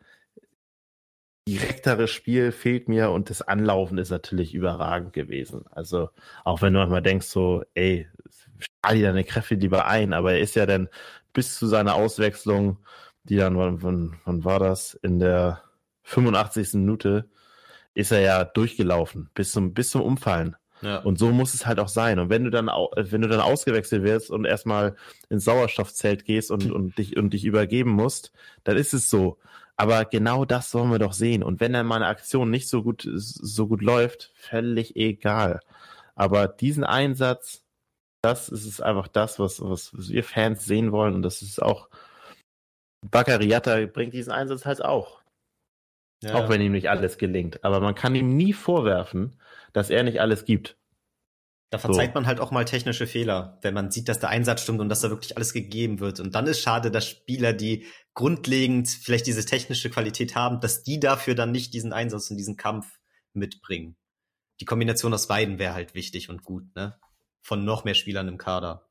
direktere Spiel fehlt mir und das Anlaufen ist natürlich überragend gewesen. Also auch wenn du manchmal denkst so, ey, strahl dir deine Kräfte lieber ein, aber er ist ja dann bis zu seiner Auswechslung, die dann, wann, wann, wann war das, in der fünfundachtzigsten Minute, ist er ja durchgelaufen, bis zum, bis zum Umfallen. Ja. Und so muss es halt auch sein. Und wenn du dann, wenn du dann ausgewechselt wirst und erstmal ins Sauerstoffzelt gehst und, und dich, und dich übergeben musst, dann ist es so. Aber genau das wollen wir doch sehen. Und wenn dann mal eine Aktion nicht so gut, so gut läuft, völlig egal. Aber diesen Einsatz, das ist es einfach das, was, was, was wir Fans sehen wollen. Und das ist auch, Bakary Jatta bringt diesen Einsatz halt auch. Ja. Auch wenn ihm nicht alles gelingt. Aber man kann ihm nie vorwerfen, dass er nicht alles gibt. Da verzeiht so. Man halt auch mal technische Fehler, wenn man sieht, dass der Einsatz stimmt und dass da wirklich alles gegeben wird. Und dann ist schade, dass Spieler, die grundlegend vielleicht diese technische Qualität haben, dass die dafür dann nicht diesen Einsatz und diesen Kampf mitbringen. Die Kombination aus beiden wäre halt wichtig und gut, ne? Von noch mehr Spielern im Kader.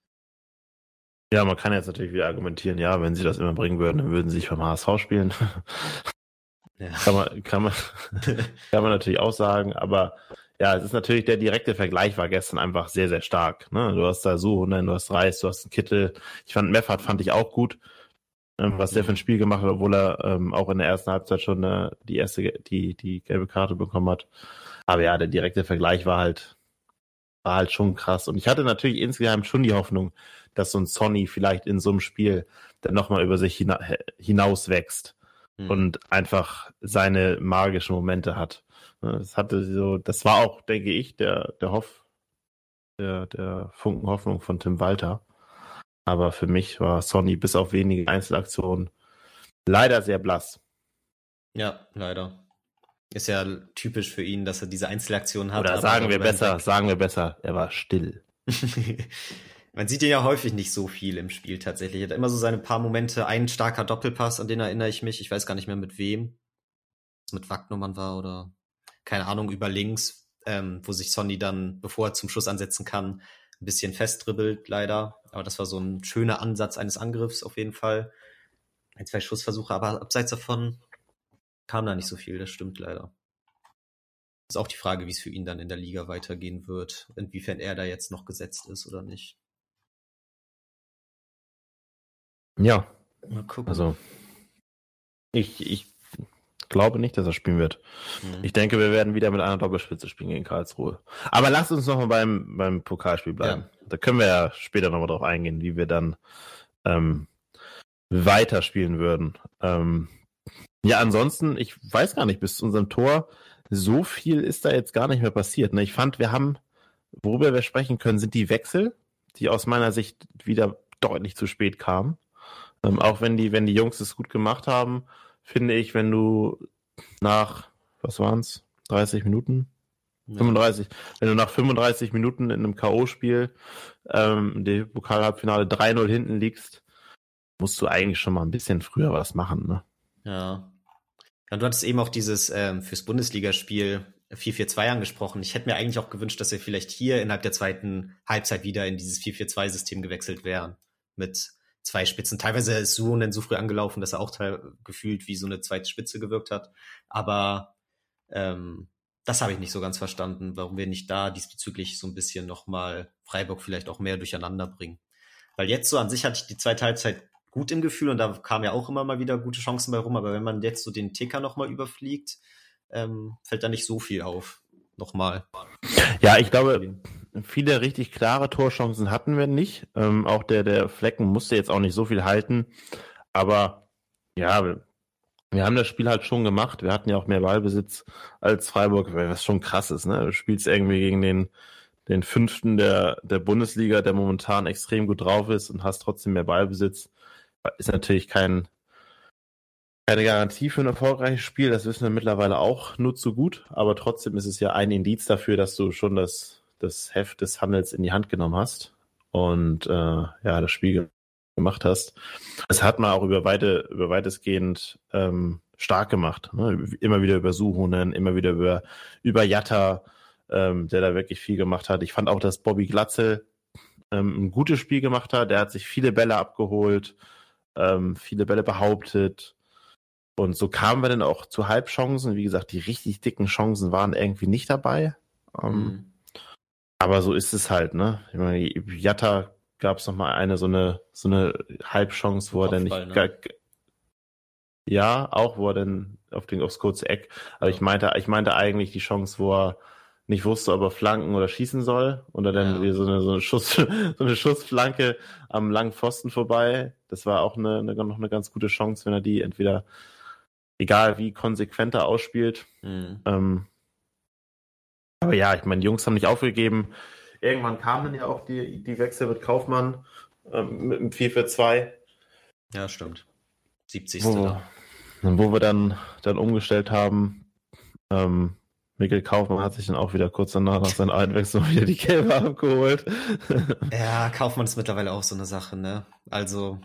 Ja, man kann jetzt natürlich wieder argumentieren, ja, wenn sie das immer bringen würden, dann würden sie sich vom H S V spielen. Ja. Kann man, kann man, kann man natürlich auch sagen, aber ja, es ist natürlich, der direkte Vergleich war gestern einfach sehr, sehr stark. Ne? Du hast da Suhonen, du hast Reis, du hast einen Kittel. Ich fand, Meffert fand ich auch gut, ähm, was mhm. der für ein Spiel gemacht hat, obwohl er ähm, auch in der ersten Halbzeit schon äh, die erste, die, die gelbe Karte bekommen hat. Aber ja, der direkte Vergleich war halt, war halt schon krass. Und ich hatte natürlich insgesamt schon die Hoffnung, dass so ein Sonny vielleicht in so einem Spiel dann nochmal über sich hina- hinaus wächst mhm. und einfach seine magischen Momente hat. Das hatte so, das war auch, denke ich, der, der Hoff, der, der Funken Hoffnung von Tim Walter. Aber für mich war Sonny bis auf wenige Einzelaktionen leider sehr blass. Ja, leider. Ist ja typisch für ihn, dass er diese Einzelaktionen hat. Oder sagen wir besser, sagen wir besser, er war still. Man sieht ihn ja häufig nicht so viel im Spiel tatsächlich. Er hat immer so seine paar Momente, ein starker Doppelpass, an den erinnere ich mich. Ich weiß gar nicht mehr mit wem. Was mit Wagnumann war oder keine Ahnung, über links, ähm, wo sich Sonny dann, bevor er zum Schuss ansetzen kann, ein bisschen festdribbelt, leider. Aber das war so ein schöner Ansatz eines Angriffs auf jeden Fall. Ein, zwei Schussversuche, aber abseits davon kam da nicht so viel, das stimmt leider. Ist auch die Frage, wie es für ihn dann in der Liga weitergehen wird, inwiefern er da jetzt noch gesetzt ist oder nicht. Ja, mal gucken. Also ich, ich glaube nicht, dass er spielen wird. Hm. Ich denke, wir werden wieder mit einer Doppelspitze spielen gegen Karlsruhe. Aber lasst uns noch mal beim, beim Pokalspiel bleiben. Ja. Da können wir ja später noch mal drauf eingehen, wie wir dann ähm, weiterspielen würden. Ähm, ja, ansonsten, ich weiß gar nicht, bis zu unserem Tor, so viel ist da jetzt gar nicht mehr passiert. Ne? Ich fand, wir haben, worüber wir sprechen können, sind die Wechsel, die aus meiner Sicht wieder deutlich zu spät kamen. Ähm, auch wenn die, wenn die Jungs es gut gemacht haben, finde ich, wenn du nach, was waren's, dreißig Minuten? Ja. fünfunddreißig. Wenn du nach fünfunddreißig Minuten in einem K O-Spiel ähm, dem Pokal-Halbfinale drei null hinten liegst, musst du eigentlich schon mal ein bisschen früher was machen, ne? Ja. Ja, du hattest eben auch dieses ähm, fürs Bundesligaspiel vier vier zwei angesprochen. Ich hätte mir eigentlich auch gewünscht, dass wir vielleicht hier innerhalb der zweiten Halbzeit wieder in dieses vier vier zwei System gewechselt wären. Mit zwei Spitzen. Teilweise ist Suhonen so früh angelaufen, dass er auch teil- gefühlt wie so eine zweite Spitze gewirkt hat. Aber ähm, das habe ich nicht so ganz verstanden, warum wir nicht da diesbezüglich so ein bisschen nochmal Freiburg vielleicht auch mehr durcheinander bringen. Weil jetzt so an sich hatte ich die zweite Halbzeit gut im Gefühl und da kamen ja auch immer mal wieder gute Chancen bei rum, aber wenn man jetzt so den Ticker nochmal überfliegt, ähm, fällt da nicht so viel auf. Nochmal. Ja, ich glaube, viele richtig klare Torchancen hatten wir nicht. Ähm, auch der, der Flecken musste jetzt auch nicht so viel halten. Aber ja, wir, wir haben das Spiel halt schon gemacht. Wir hatten ja auch mehr Ballbesitz als Freiburg, was schon krass ist. Ne? Du spielst irgendwie gegen den, den Fünften der, der Bundesliga, der momentan extrem gut drauf ist und hast trotzdem mehr Ballbesitz. Ist natürlich kein, keine Garantie für ein erfolgreiches Spiel, das wissen wir mittlerweile auch nur zu gut, aber trotzdem ist es ja ein Indiz dafür, dass du schon das, das Heft des Handels in die Hand genommen hast und äh, ja, das Spiel gemacht hast. Das hat man auch über weite, über weitestgehend ähm, stark gemacht. Ne? Immer wieder über Suhonen, immer wieder über, über Jatta, ähm, der da wirklich viel gemacht hat. Ich fand auch, dass Bobby Glatzel ähm, ein gutes Spiel gemacht hat. Der hat sich viele Bälle abgeholt, ähm, viele Bälle behauptet. Und so kamen wir dann auch zu Halbchancen. Wie gesagt, die richtig dicken Chancen waren irgendwie nicht dabei. Ähm, Mhm. Aber so ist es halt, ne? Ich meine, Jatta gab es noch mal eine so eine so eine Halbchance, wo er dann nicht Kopfball, ne? gar, ja, auch wo er dann auf den aufs kurze Eck. Aber Ja. ich meinte, ich meinte eigentlich die Chance, wo er nicht wusste, ob er flanken oder schießen soll. Und er dann Ja. wieder so eine, so eine Schuss, so eine Schussflanke am langen Pfosten vorbei. Das war auch eine, eine, noch eine ganz gute Chance, wenn er die entweder, egal wie konsequenter ausspielt. Mhm. Ähm, aber ja, ich meine, die Jungs haben nicht aufgegeben. Irgendwann kamen dann ja auch die, die Wechsel mit Kaufmann ähm, mit dem vier vier zwei. Ja, stimmt. siebzigste Wo, da. wo wir dann, dann umgestellt haben. Ähm, Mikkel Kaufmann hat sich dann auch wieder kurz danach nach seinem Einwechslung wieder die Gelbe abgeholt. Ja, Kaufmann ist mittlerweile auch so eine Sache, ne? Also,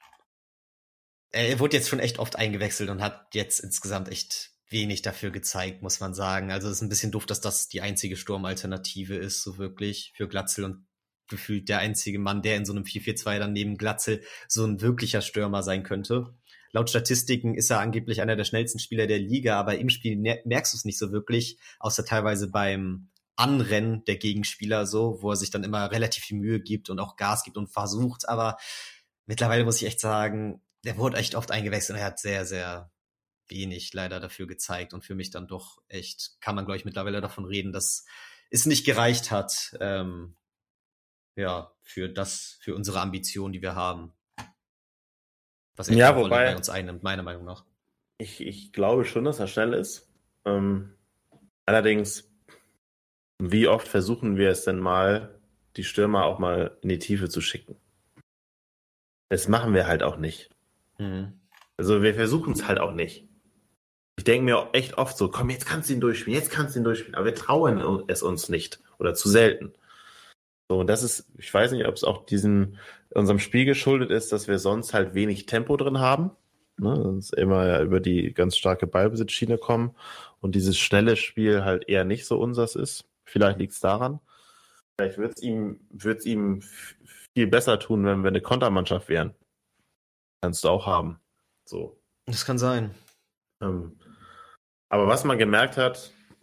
er wurde jetzt schon echt oft eingewechselt und hat jetzt insgesamt echt wenig dafür gezeigt, muss man sagen. Also es ist ein bisschen doof, dass das die einzige Sturmalternative ist, so wirklich, für Glatzel und gefühlt der einzige Mann, der in so einem vier vier zwei dann neben Glatzel so ein wirklicher Stürmer sein könnte. Laut Statistiken ist er angeblich einer der schnellsten Spieler der Liga, aber im Spiel merkst du es nicht so wirklich, außer teilweise beim Anrennen der Gegenspieler so, wo er sich dann immer relativ viel Mühe gibt und auch Gas gibt und versucht, aber mittlerweile muss ich echt sagen, der wurde echt oft eingewechselt und er hat sehr, sehr wenig leider dafür gezeigt und für mich dann doch echt, kann man glaube ich mittlerweile davon reden, dass es nicht gereicht hat, ähm, ja, für das, für unsere Ambition, die wir haben. Was echt Ja, eine Rolle wobei- bei uns einnimmt, meiner Meinung nach. Ich, ich glaube schon, dass er schnell ist. Ähm, allerdings, wie oft versuchen wir es denn mal, die Stürmer auch mal in die Tiefe zu schicken? Das machen wir halt auch nicht. Mhm. Also wir versuchen es halt auch nicht. Ich denke mir auch echt oft so, komm, jetzt kannst du ihn durchspielen, jetzt kannst du ihn durchspielen, aber wir trauen es uns nicht oder zu selten. So, und das ist, ich weiß nicht, ob es auch diesem, unserem Spiel geschuldet ist, dass wir sonst halt wenig Tempo drin haben, ne, dass immer ja über die ganz starke Ballbesitzschiene kommen und dieses schnelle Spiel halt eher nicht so unseres ist. Vielleicht liegt es daran. Vielleicht wird es ihm, wird's ihm viel besser tun, wenn wir eine Kontermannschaft wären. Kannst du auch haben. So. Das kann sein. Ähm, aber was man gemerkt hat,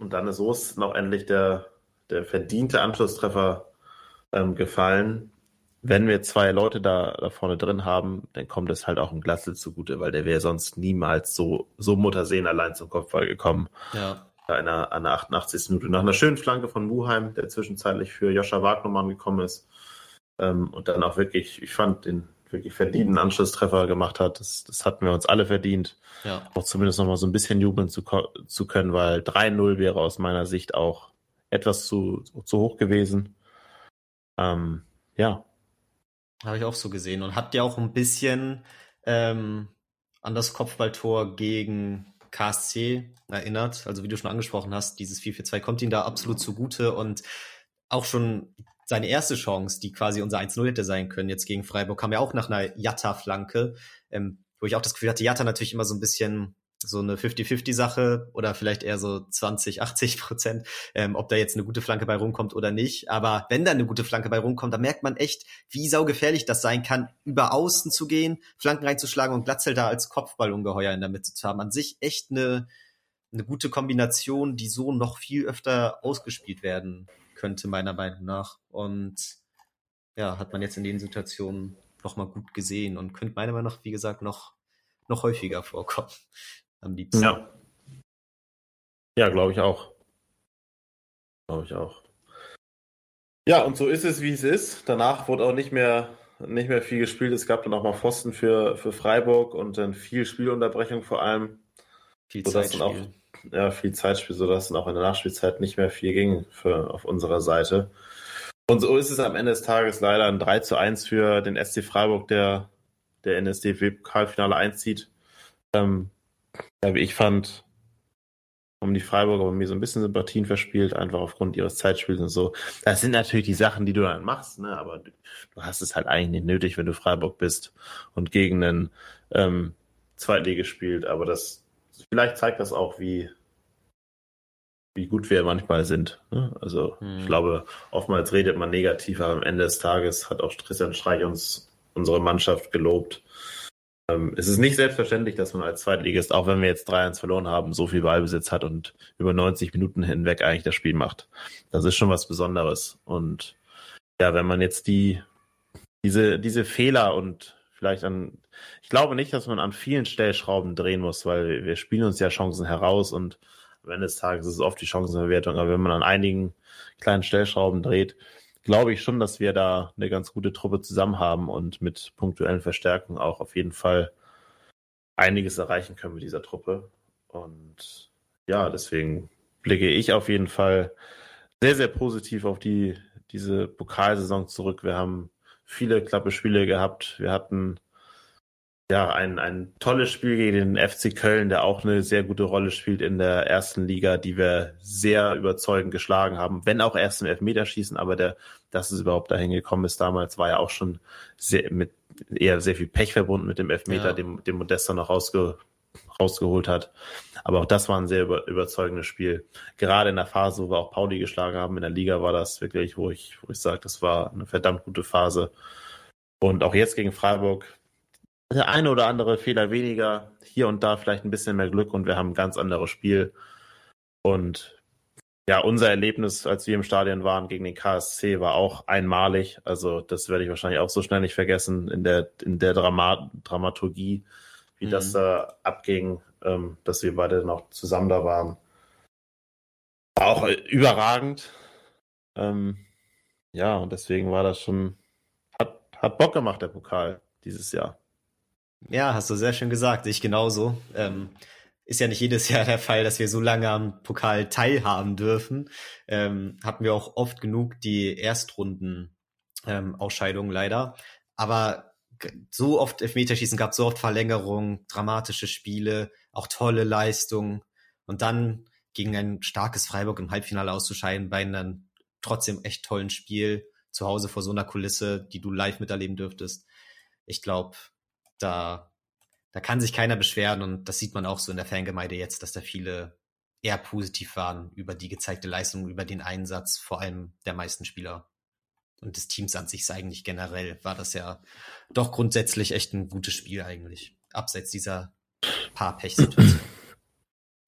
Und dann ist Soest noch endlich der, der verdiente Anschlusstreffer ähm, gefallen. Wenn wir zwei Leute da, da vorne drin haben, dann kommt es halt auch im Glatzel zugute, weil der wäre sonst niemals so, so Muttersehen allein zum Kopfball gekommen. Ja. Da in der, an der achtundachtzigsten Minute. Nach einer schönen Flanke von Muheim, der zwischenzeitlich für Joscha Wagnermann gekommen ist. Ähm, und dann auch wirklich, ich fand, den wirklich verdienten Anschlusstreffer gemacht hat. Das, das hatten wir uns alle verdient. Ja. Auch zumindest noch mal so ein bisschen jubeln zu, zu können, weil drei null wäre aus meiner Sicht auch etwas zu, zu hoch gewesen. Ähm, ja. Habe ich auch so gesehen. Und habt ihr auch ein bisschen ähm, an das Kopfballtor gegen K S C erinnert? Also wie du schon angesprochen hast, dieses vier vier zwei kommt ihm da absolut zugute und auch schon seine erste Chance, die quasi unser eins null hätte sein können, jetzt gegen Freiburg, kam ja auch nach einer Jatta-Flanke, ähm, wo ich auch das Gefühl hatte, Jatta natürlich immer so ein bisschen so eine fünfzig fünfzig Sache oder vielleicht eher so zwanzig, achtzig Prozent, ähm, ob da jetzt eine gute Flanke bei rumkommt oder nicht. Aber wenn da eine gute Flanke bei rumkommt, dann merkt man echt, wie saugefährlich das sein kann, über Außen zu gehen, Flanken reinzuschlagen und Glatzel da als Kopfballungeheuer in der Mitte zu haben. An sich echt eine, eine gute Kombination, die so noch viel öfter ausgespielt werden könnte, meiner Meinung nach. Und ja, hat man jetzt in den Situationen nochmal gut gesehen und könnte meiner Meinung nach, wie gesagt, noch, noch häufiger vorkommen. Am liebsten. Ja. Ja, glaube ich auch. Glaube ich auch. Ja, und so ist es, wie es ist. Danach wurde auch nicht mehr, nicht mehr viel gespielt. Es gab dann auch mal Pfosten für, für Freiburg und dann viel Spielunterbrechung vor allem. Viel sodass dann auch Zeitspiel. ja, viel Zeitspiel, sodass dann auch in der Nachspielzeit nicht mehr viel ging für, auf unserer Seite. Und so ist es am Ende des Tages leider ein drei zu eins für den S C Freiburg, der, der in das D F B-Pokalfinale einzieht. Ähm, ja, wie ich fand, haben die Freiburger bei mir so ein bisschen Sympathien verspielt, einfach aufgrund ihres Zeitspiels und so. Das sind natürlich die Sachen, die du dann machst, ne? Aber du, du hast es halt eigentlich nicht nötig, wenn du Freiburg bist und gegen einen ähm, Zweitliga spielt. Aber das vielleicht zeigt das auch, wie wie gut wir manchmal sind. Ne? Also hm. ich glaube, oftmals redet man negativ, aber am Ende des Tages hat auch Christian Streich uns unsere Mannschaft gelobt. Ähm, es ist nicht selbstverständlich, dass man als Zweitligist, auch wenn wir jetzt drei eins verloren haben, so viel Ballbesitz hat und über neunzig Minuten hinweg eigentlich das Spiel macht. Das ist schon was Besonderes. Und ja, wenn man jetzt die diese diese Fehler und vielleicht an, ich glaube nicht, dass man an vielen Stellschrauben drehen muss, weil wir spielen uns ja Chancen heraus und am Ende des Tages ist es oft die Chancenverwertung, aber wenn man an einigen kleinen Stellschrauben dreht, glaube ich schon, dass wir da eine ganz gute Truppe zusammen haben und mit punktuellen Verstärkungen auch auf jeden Fall einiges erreichen können mit dieser Truppe. Und ja, deswegen blicke ich auf jeden Fall sehr, sehr positiv auf die diese Pokalsaison zurück. Wir haben viele knappe Spiele gehabt. Wir hatten ja, ein, ein tolles Spiel gegen den F C Köln, der auch eine sehr gute Rolle spielt in der ersten Liga, die wir sehr überzeugend geschlagen haben, wenn auch erst im Elfmeterschießen, aber der, dass es überhaupt dahin gekommen ist damals, war ja auch schon sehr, mit eher sehr viel Pech verbunden mit dem Elfmeter, ja. dem, dem Modesta noch rausge, rausgeholt hat. Aber auch das war ein sehr über, überzeugendes Spiel. Gerade in der Phase, wo wir auch Pauli geschlagen haben in der Liga, war das wirklich, wo ich, wo ich sage, das war eine verdammt gute Phase. Und auch jetzt gegen Freiburg, der eine oder andere Fehler weniger, hier und da vielleicht ein bisschen mehr Glück und wir haben ein ganz anderes Spiel. Und ja, unser Erlebnis, als wir im Stadion waren gegen den K S C, war auch einmalig. Also das werde ich wahrscheinlich auch so schnell nicht vergessen in der, in der Drama- Dramaturgie, wie mhm. das da abging, ähm, dass wir beide noch zusammen da waren. War auch überragend. Ähm, ja, und deswegen war das schon, hat, hat Bock gemacht, der Pokal dieses Jahr. Ja, hast du sehr schön gesagt. Ich genauso. Ähm, ist ja nicht jedes Jahr der Fall, dass wir so lange am Pokal teilhaben dürfen. Ähm, hatten wir auch oft genug die Erstrunden-Ausscheidungen ähm, leider. Aber so oft Elfmeterschießen gab, so oft Verlängerungen, dramatische Spiele, auch tolle Leistungen. Und dann gegen ein starkes Freiburg im Halbfinale auszuscheiden bei einem trotzdem echt tollen Spiel zu Hause vor so einer Kulisse, die du live miterleben dürftest. Ich glaube, Da, da kann sich keiner beschweren und das sieht man auch so in der Fangemeinde jetzt, dass da viele eher positiv waren über die gezeigte Leistung, über den Einsatz, vor allem der meisten Spieler und des Teams an sich eigentlich generell war das ja doch grundsätzlich echt ein gutes Spiel eigentlich, abseits dieser paar Pechsituationen.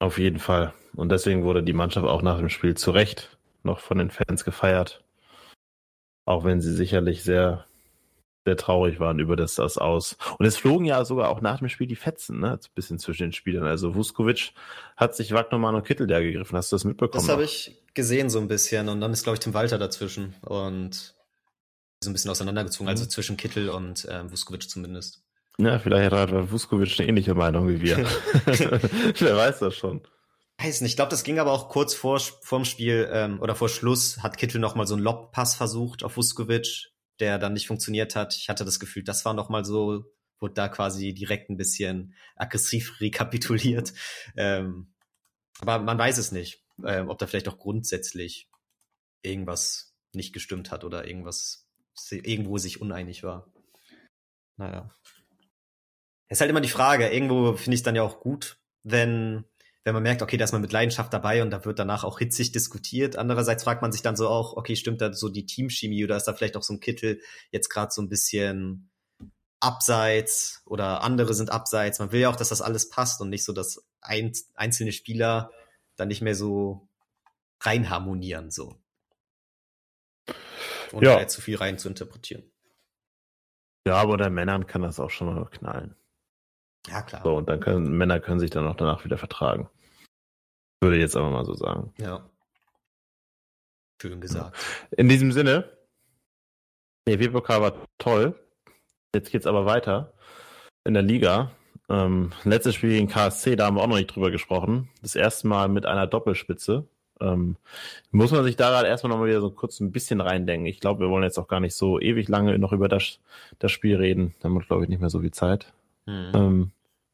Auf jeden Fall. Und deswegen wurde die Mannschaft auch nach dem Spiel zu Recht noch von den Fans gefeiert. Auch wenn sie sicherlich sehr, sehr traurig waren über das, das Aus. Und es flogen ja sogar auch nach dem Spiel die Fetzen, ne? Ein bisschen zwischen den Spielern. Also Vuskovic hat sich Wagnermann und Kittel da gegriffen. Hast du das mitbekommen? Das habe ich gesehen so ein bisschen. Und dann ist, glaube ich, Tim Walter dazwischen. Und so ein bisschen auseinandergezogen. Mhm. Also zwischen Kittel und äh, Vuskovic zumindest. Ja, vielleicht hat Vuskovic eine ähnliche Meinung wie wir. Wer weiß das schon. Weiß nicht. Ich glaube, das ging aber auch kurz vor vorm Spiel ähm, oder vor Schluss hat Kittel noch mal so einen Lobpass versucht auf Vuskovic, der dann nicht funktioniert hat. Ich hatte das Gefühl, das war noch mal so, wurde da quasi direkt ein bisschen aggressiv rekapituliert. Ähm, aber man weiß es nicht, ähm, ob da vielleicht auch grundsätzlich irgendwas nicht gestimmt hat oder irgendwas irgendwo sich uneinig war. Naja. Es ist halt immer die Frage, irgendwo finde ich es dann ja auch gut, wenn, wenn man merkt, okay, da ist man mit Leidenschaft dabei und da wird danach auch hitzig diskutiert. Andererseits fragt man sich dann so auch, okay, stimmt da so die Teamchemie oder ist da vielleicht auch so ein Kittel jetzt gerade so ein bisschen abseits oder andere sind abseits. Man will ja auch, dass das alles passt und nicht so, dass ein, einzelne Spieler dann nicht mehr so rein harmonieren, so. Ohne ja. zu viel rein zu interpretieren. Ja, aber unter Männern kann das auch schon mal knallen. Ja, klar. So, und dann können Männer können sich dann auch danach wieder vertragen. Würde ich jetzt aber mal so sagen. Ja. Schön gesagt. In diesem Sinne, der W P-Pokal war toll. Jetzt geht's aber weiter in der Liga. Ähm, letztes Spiel gegen K S C, da haben wir auch noch nicht drüber gesprochen. Das erste Mal mit einer Doppelspitze. Ähm, muss man sich da gerade erstmal noch mal wieder so kurz ein bisschen reindenken. Ich glaube, wir wollen jetzt auch gar nicht so ewig lange noch über das, das Spiel reden. Da haben wir, glaube ich, nicht mehr so viel Zeit. Mhm. Ähm,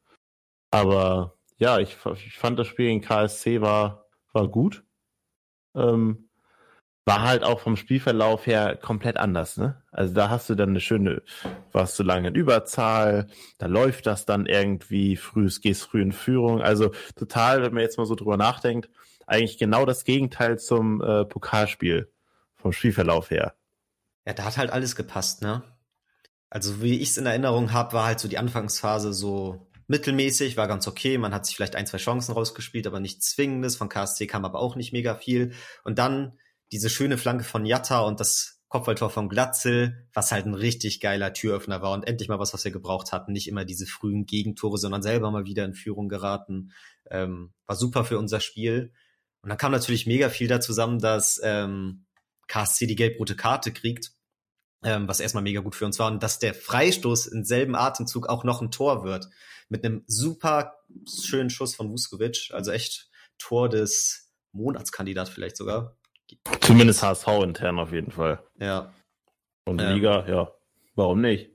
aber ja, ich, ich fand das Spiel gegen K S C war, war gut. Ähm, war halt auch vom Spielverlauf her komplett anders, ne? Also da hast du dann eine schöne, warst du lange in Überzahl, da läuft das dann irgendwie, früh, gehst früh in Führung. Also total, wenn man jetzt mal so drüber nachdenkt, eigentlich genau das Gegenteil zum äh, Pokalspiel vom Spielverlauf her. Ja, da hat halt alles gepasst, ne? Also wie ich es in Erinnerung habe, war halt so die Anfangsphase so mittelmäßig, war ganz okay. Man hat sich vielleicht ein, zwei Chancen rausgespielt, aber nichts Zwingendes. Von K S C kam aber auch nicht mega viel. Und dann diese schöne Flanke von Jatta und das Kopfballtor von Glatzel, was halt ein richtig geiler Türöffner war und endlich mal was, was wir gebraucht hatten. Nicht immer diese frühen Gegentore, sondern selber mal wieder in Führung geraten. Ähm, war super für unser Spiel. Und dann kam natürlich mega viel da zusammen, dass ähm, K S C die gelb-rote Karte kriegt, ähm, was erstmal mega gut für uns war. Und dass der Freistoß im selben Atemzug auch noch ein Tor wird. Mit einem super schönen Schuss von Vuskovic. Also echt Tor des Monatskandidat vielleicht sogar. Zumindest H S V intern auf jeden Fall. Ja. Und ähm, Liga, ja. Warum nicht?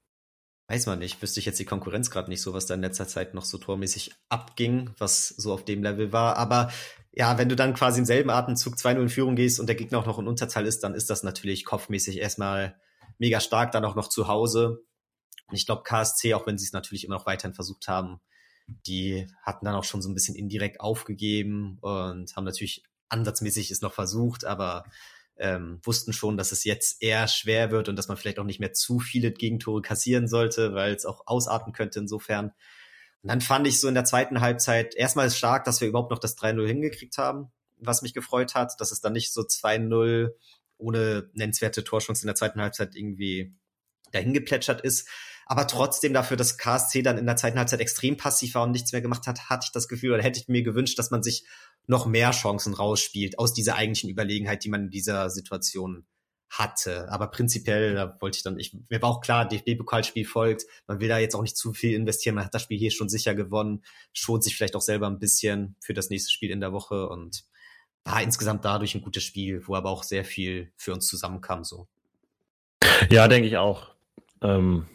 Weiß man nicht. Wüsste ich jetzt die Konkurrenz gerade nicht so, was da in letzter Zeit noch so tormäßig abging, was so auf dem Level war. Aber ja, wenn du dann quasi im selben Atemzug zwei null in Führung gehst und der Gegner auch noch in Unterzahl ist, dann ist das natürlich kopfmäßig erstmal mega stark, dann auch noch zu Hause. Und ich glaube, K S C, auch wenn sie es natürlich immer noch weiterhin versucht haben, die hatten dann auch schon so ein bisschen indirekt aufgegeben und haben natürlich ansatzmäßig es noch versucht, aber ähm, wussten schon, dass es jetzt eher schwer wird und dass man vielleicht auch nicht mehr zu viele Gegentore kassieren sollte, weil es auch ausarten könnte insofern. Und dann fand ich so in der zweiten Halbzeit erstmal stark, dass wir überhaupt noch das drei null hingekriegt haben, was mich gefreut hat, dass es dann nicht so zwei null ohne nennenswerte Torchance in der zweiten Halbzeit irgendwie dahin geplätschert ist. Aber trotzdem dafür, dass K S C dann in der zweiten Halbzeit extrem passiv war und nichts mehr gemacht hat, hatte ich das Gefühl, oder hätte ich mir gewünscht, dass man sich noch mehr Chancen rausspielt aus dieser eigentlichen Überlegenheit, die man in dieser Situation hatte. Aber prinzipiell, da wollte ich dann, ich, mir war auch klar, D F B-Pokalspiel folgt, man will da jetzt auch nicht zu viel investieren, man hat das Spiel hier schon sicher gewonnen, schont sich vielleicht auch selber ein bisschen für das nächste Spiel in der Woche und war insgesamt dadurch ein gutes Spiel, wo aber auch sehr viel für uns zusammenkam, so. Ja, denke ich auch. Ähm,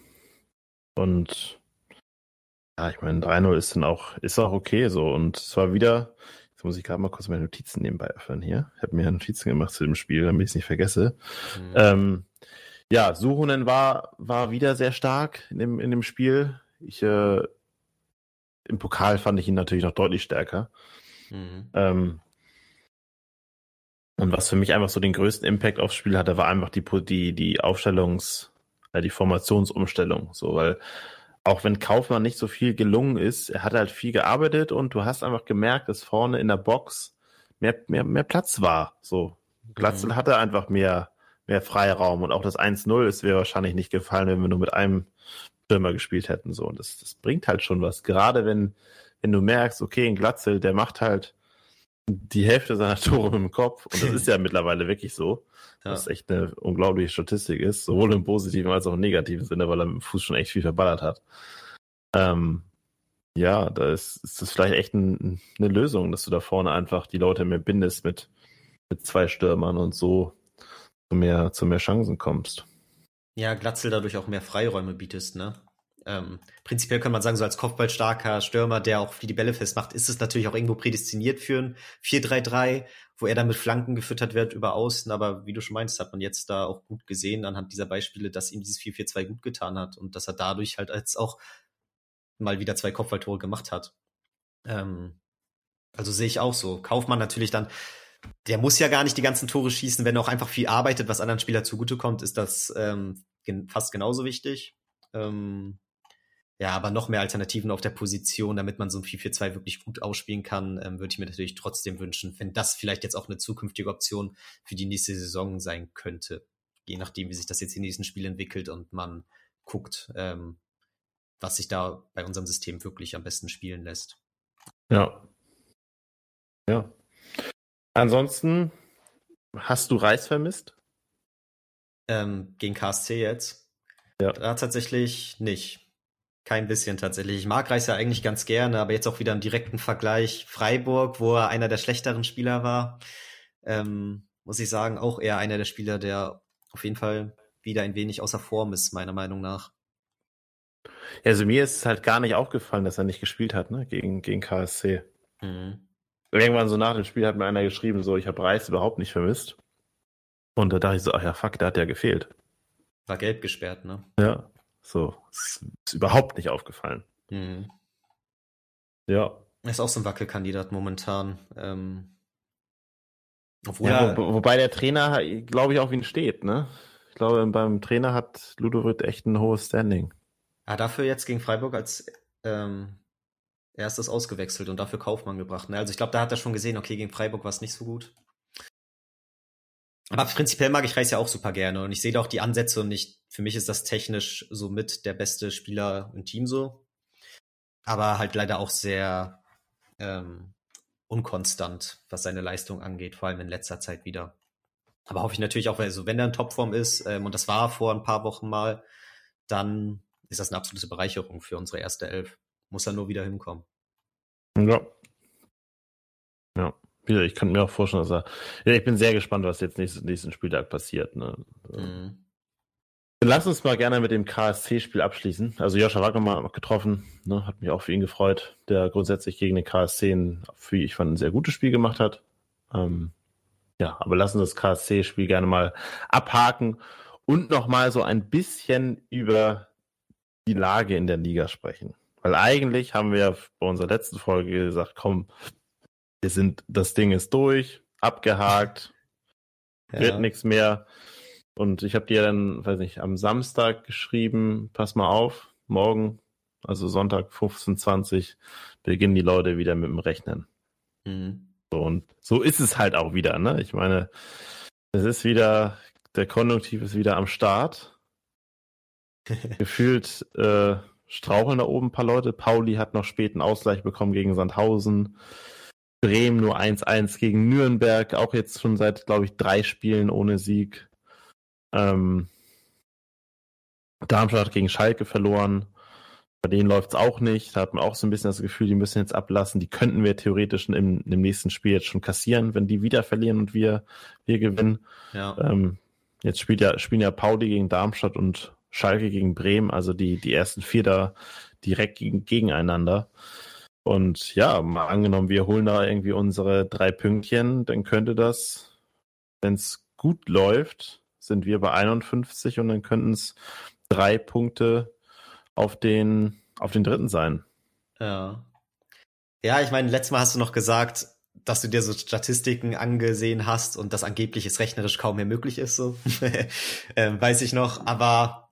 und ja, ich meine, drei null ist dann auch, ist auch okay so. Und es war wieder, jetzt muss ich gerade mal kurz meine Notizen nebenbei öffnen hier. Ich habe mir Notizen gemacht zu dem Spiel, damit ich es nicht vergesse. Mhm. Ähm, ja, Suhonen war, war wieder sehr stark in dem, in dem Spiel. Ich, äh, im Pokal fand ich ihn natürlich noch deutlich stärker. Mhm. Ähm, und was für mich einfach so den größten Impact aufs Spiel hatte, war einfach die, die, die Aufstellungs-, äh, die Formationsumstellung. So, weil auch wenn Kaufmann nicht so viel gelungen ist, er hat halt viel gearbeitet und du hast einfach gemerkt, dass vorne in der Box mehr, mehr, mehr Platz war. So, Glatzel Mhm. hatte einfach mehr, mehr Freiraum und auch das eins null, es wäre wahrscheinlich nicht gefallen, wenn wir nur mit einem Stürmer gespielt hätten. So, und das, das bringt halt schon was. Gerade wenn, wenn du merkst, okay, ein Glatzel, der macht halt die Hälfte seiner Tore mit dem Kopf. Und das ist ja mittlerweile wirklich so, Ja. was echt eine unglaubliche Statistik ist, sowohl im positiven als auch im negativen Sinne, weil er mit dem Fuß schon echt viel verballert hat. Ähm, ja, da ist, ist das vielleicht echt ein, eine Lösung, dass du da vorne einfach die Leute mehr bindest mit, mit zwei Stürmern und so zu mehr, zu mehr Chancen kommst. Ja, Glatzel dadurch auch mehr Freiräume bietest, ne? Ähm, prinzipiell kann man sagen, so als kopfballstarker Stürmer, der auch die Bälle festmacht, ist es natürlich auch irgendwo prädestiniert für ein vier drei drei, wo er dann mit Flanken gefüttert wird über außen. Aber wie du schon meinst, hat man jetzt da auch gut gesehen anhand dieser Beispiele, dass ihm dieses vier vier zwei gut getan hat und dass er dadurch halt als auch mal wieder zwei Kopfballtore gemacht hat. Ähm, also sehe ich auch so. Kaufmann natürlich dann, der muss ja gar nicht die ganzen Tore schießen, wenn er auch einfach viel arbeitet, was anderen Spielern zugutekommt, ist das ähm, gen- fast genauso wichtig. Ähm, ja, aber noch mehr Alternativen auf der Position, damit man so ein vier vier zwei wirklich gut ausspielen kann, ähm, würde ich mir natürlich trotzdem wünschen, wenn das vielleicht jetzt auch eine zukünftige Option für die nächste Saison sein könnte. Je nachdem, wie sich das jetzt in nächsten Spiel entwickelt und man guckt, ähm, was sich da bei unserem System wirklich am besten spielen lässt. Ja. Ja. Ansonsten, hast du Reis vermisst? Ähm, gegen K S C jetzt? Ja. Da tatsächlich nicht. Kein bisschen tatsächlich. Ich mag Reis ja eigentlich ganz gerne, aber jetzt auch wieder im direkten Vergleich Freiburg, wo er einer der schlechteren Spieler war, ähm, muss ich sagen, auch eher einer der Spieler, der auf jeden Fall wieder ein wenig außer Form ist, meiner Meinung nach. Ja, also mir ist es halt gar nicht aufgefallen, dass er nicht gespielt hat, ne, gegen, gegen K S C. Mhm. Irgendwann so nach dem Spiel hat mir einer geschrieben, so, ich habe Reis überhaupt nicht vermisst. Und da dachte ich so, ach ja, fuck, der hat ja gefehlt. War gelb gesperrt, ne? Ja, so, ist, ist überhaupt nicht aufgefallen. Mhm. Ja. Er ist auch so ein Wackelkandidat momentan. Ähm, obwohl Ja, er, wo, wobei der Trainer, glaube ich, auf ihn steht, ne? Ich glaube, beim Trainer hat Ludovic echt ein hohes Standing. er hat dafür jetzt gegen Freiburg als ähm, erstes ausgewechselt und dafür Kaufmann gebracht. Ne? Also ich glaube, da hat er schon gesehen, okay, gegen Freiburg war es nicht so gut. Aber prinzipiell mag ich Reis ja auch super gerne und ich sehe da auch die Ansätze und nicht, für mich ist das technisch so mit der beste Spieler im Team so. Aber halt leider auch sehr ähm, unkonstant, was seine Leistung angeht, vor allem in letzter Zeit wieder. Aber hoffe ich natürlich auch, also wenn er in Topform ist, ähm, und das war vor ein paar Wochen mal, dann ist das eine absolute Bereicherung für unsere erste Elf. Muss er nur wieder hinkommen. Ja. Ja. Wieder, ich kann mir auch vorstellen, dass er. Ja, ich bin sehr gespannt, was jetzt nächsten, nächsten Spieltag passiert. Ne? Mhm. Dann lass uns mal gerne mit dem K S C-Spiel abschließen. Also Joscha Wackermann noch getroffen, ne? Hat mich auch für ihn gefreut, der grundsätzlich gegen den K S C ein, wie ich fand, ein sehr gutes Spiel gemacht hat. Ähm, ja, aber lass uns das K S C-Spiel gerne mal abhaken und nochmal so ein bisschen über die Lage in der Liga sprechen. Weil eigentlich haben wir bei unserer letzten Folge gesagt, komm, wir sind, das Ding ist durch, abgehakt, Ja. wird nichts mehr. Und ich habe dir dann, weiß nicht, am Samstag geschrieben, pass mal auf, morgen, also Sonntag fünfzehn Uhr zwanzig, beginnen die Leute wieder mit dem Rechnen. Mhm. So, und so ist es halt auch wieder, ne? Ich meine, es ist wieder, der Konjunktiv ist wieder am Start. Gefühlt äh, straucheln da oben ein paar Leute. Pauli hat noch späten Ausgleich bekommen gegen Sandhausen. Bremen nur eins eins gegen Nürnberg, auch jetzt schon seit, glaube ich, drei Spielen ohne Sieg. Ähm, Darmstadt hat gegen Schalke verloren. Bei denen läuft es auch nicht. Da hat man auch so ein bisschen das Gefühl, die müssen jetzt ablassen. Die könnten wir theoretisch im, im nächsten Spiel jetzt schon kassieren, wenn die wieder verlieren und wir, wir gewinnen. Ja. Ähm, jetzt spielt ja, spielen ja Pauli gegen Darmstadt und Schalke gegen Bremen, also die, die ersten vier da direkt gegen, gegeneinander. Und ja, mal angenommen, wir holen da irgendwie unsere drei Pünktchen, dann könnte das, wenn es gut läuft, sind wir bei einundfünfzig und dann könnten es drei Punkte auf den, auf den dritten sein. Ja. Ja, ich meine, letztes Mal hast du noch gesagt, dass du dir so Statistiken angesehen hast und dass angeblich es rechnerisch kaum mehr möglich ist, so. ähm, weiß ich noch, aber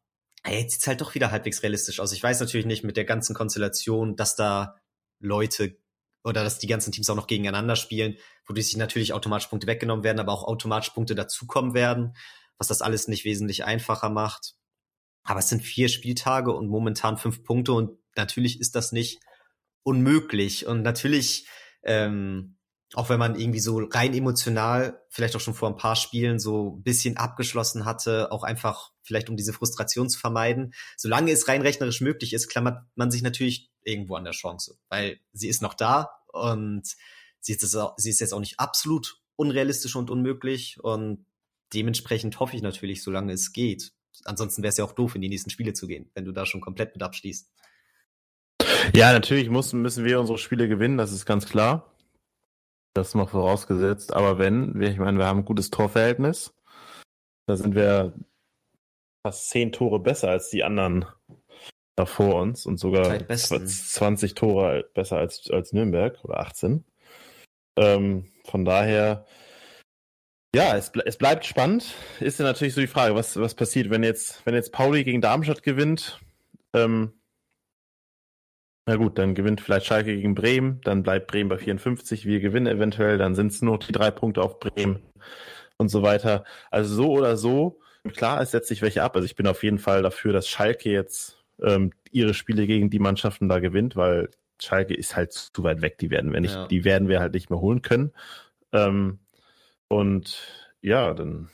jetzt sieht's halt doch wieder halbwegs realistisch aus. Ich weiß natürlich nicht mit der ganzen Konstellation, dass da Leute oder dass die ganzen Teams auch noch gegeneinander spielen, wodurch sich natürlich automatisch Punkte weggenommen werden, aber auch automatisch Punkte dazukommen werden, was das alles nicht wesentlich einfacher macht. Aber es sind vier Spieltage und momentan fünf Punkte und natürlich ist das nicht unmöglich. Und natürlich, ähm, auch wenn man irgendwie so rein emotional vielleicht auch schon vor ein paar Spielen so ein bisschen abgeschlossen hatte, auch einfach vielleicht um diese Frustration zu vermeiden, solange es rein rechnerisch möglich ist, klammert man sich natürlich irgendwo an der Chance, weil sie ist noch da und sie ist, das auch, sie ist jetzt auch nicht absolut unrealistisch und unmöglich und dementsprechend hoffe ich natürlich, solange es geht. Ansonsten wäre es ja auch doof, in die nächsten Spiele zu gehen, wenn du da schon komplett mit abschließt. Ja, natürlich müssen, müssen wir unsere Spiele gewinnen, das ist ganz klar. Das ist noch vorausgesetzt. Aber wenn, ich meine, wir haben ein gutes Torverhältnis. Da sind wir fast zehn Tore besser als die anderen da vor uns und sogar zwanzig Tore besser als, als Nürnberg oder achtzehn. Ähm, von daher, ja, es, es bleibt spannend. Ist ja natürlich so die Frage, was, was passiert, wenn jetzt, wenn jetzt Pauli gegen Darmstadt gewinnt. Ähm, Na gut, dann gewinnt vielleicht Schalke gegen Bremen, dann bleibt Bremen bei vierundfünfzig, wir gewinnen eventuell, dann sind es nur die drei Punkte auf Bremen und so weiter. Also so oder so, klar, es setzt sich welche ab. Also ich bin auf jeden Fall dafür, dass Schalke jetzt ähm, ihre Spiele gegen die Mannschaften da gewinnt, weil Schalke ist halt zu weit weg, die werden wir nicht, ja. die werden wir halt nicht mehr holen können. Ähm, und ja, dann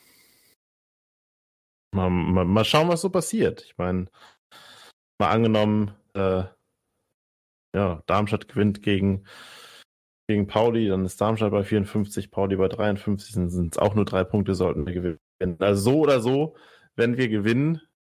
mal, mal, mal schauen, was so passiert. Ich meine, mal angenommen, äh, ja, Darmstadt gewinnt gegen, gegen Pauli, dann ist Darmstadt bei vierundfünfzig, Pauli bei dreiundfünfzig, dann sind es auch nur drei Punkte, sollten wir gewinnen. Also so oder so, wenn wir gewinnen,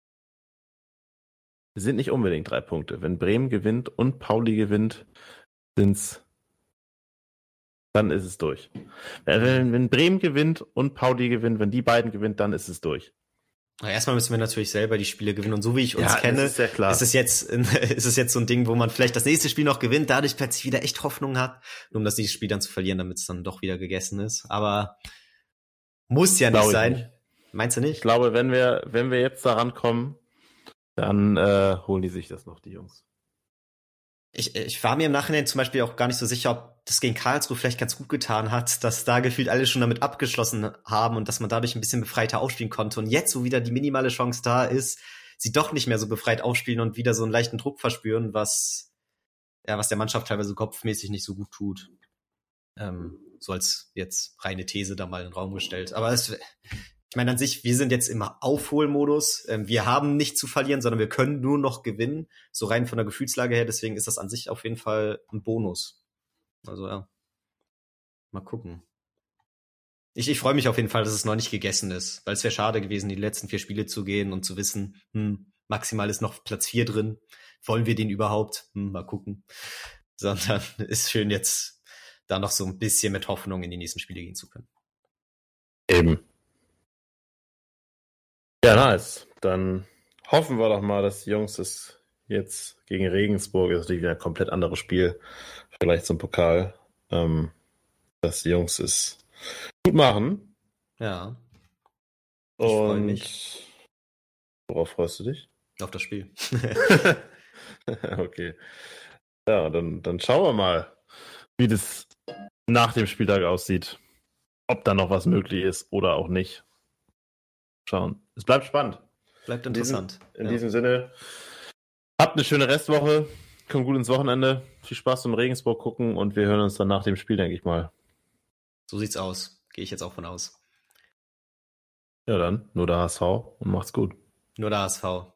sind nicht unbedingt drei Punkte. Wenn Bremen gewinnt und Pauli gewinnt, sind's, dann ist es durch. Wenn, wenn Bremen gewinnt und Pauli gewinnt, wenn die beiden gewinnt, dann ist es durch. Erstmal müssen wir natürlich selber die Spiele gewinnen und so wie ich uns ja, kenne, ist, ja klar. ist es jetzt ist es jetzt so ein Ding, wo man vielleicht das nächste Spiel noch gewinnt, dadurch plötzlich wieder echt Hoffnung hat, nur um das nächste Spiel dann zu verlieren, damit es dann doch wieder gegessen ist. Aber muss ja nicht Glaube sein. Nicht. Meinst du nicht? Ich glaube, wenn wir wenn wir jetzt daran kommen, dann äh, holen die sich das noch, die Jungs. Ich, ich war mir im Nachhinein zum Beispiel auch gar nicht so sicher, ob das gegen Karlsruhe vielleicht ganz gut getan hat, dass da gefühlt alle schon damit abgeschlossen haben und dass man dadurch ein bisschen befreiter aufspielen konnte. Und jetzt, wo wieder die minimale Chance da ist, sie doch nicht mehr so befreit aufspielen und wieder so einen leichten Druck verspüren, was ja was der Mannschaft teilweise kopfmäßig nicht so gut tut. Ähm, so als jetzt reine These da mal in den Raum gestellt. Aber es, ich meine an sich, wir sind jetzt im Aufholmodus. Ähm, wir haben nicht zu verlieren, sondern wir können nur noch gewinnen. So rein von der Gefühlslage her. Deswegen ist das an sich auf jeden Fall ein Bonus. Also ja, mal gucken. Ich, ich freue mich auf jeden Fall, dass es noch nicht gegessen ist. Weil es wäre schade gewesen, die letzten vier Spiele zu gehen und zu wissen, hm, maximal ist noch Platz vier drin. Wollen wir den überhaupt? Hm, mal gucken. Sondern ist schön jetzt da noch so ein bisschen mit Hoffnung in die nächsten Spiele gehen zu können. Eben. Ja, nice. Dann hoffen wir doch mal, dass die Jungs es jetzt gegen Regensburg, das ist natürlich wieder ein komplett anderes Spiel, vielleicht zum Pokal, ähm, dass die Jungs es gut machen. Ja. Ich Und mich. Worauf freust du dich? Auf das Spiel. Okay. Ja, dann, dann schauen wir mal, wie das nach dem Spieltag aussieht. Ob da noch was möglich ist oder auch nicht. Schauen. Es bleibt spannend. Bleibt interessant. In diesem, in ja. diesem Sinne, habt eine schöne Restwoche. Kommt gut ins Wochenende. Viel Spaß zum Regensburg gucken und wir hören uns dann nach dem Spiel, denke ich mal. So sieht's aus. Gehe ich jetzt auch von aus. Ja, dann nur der H S V und macht's gut. Nur der H S V.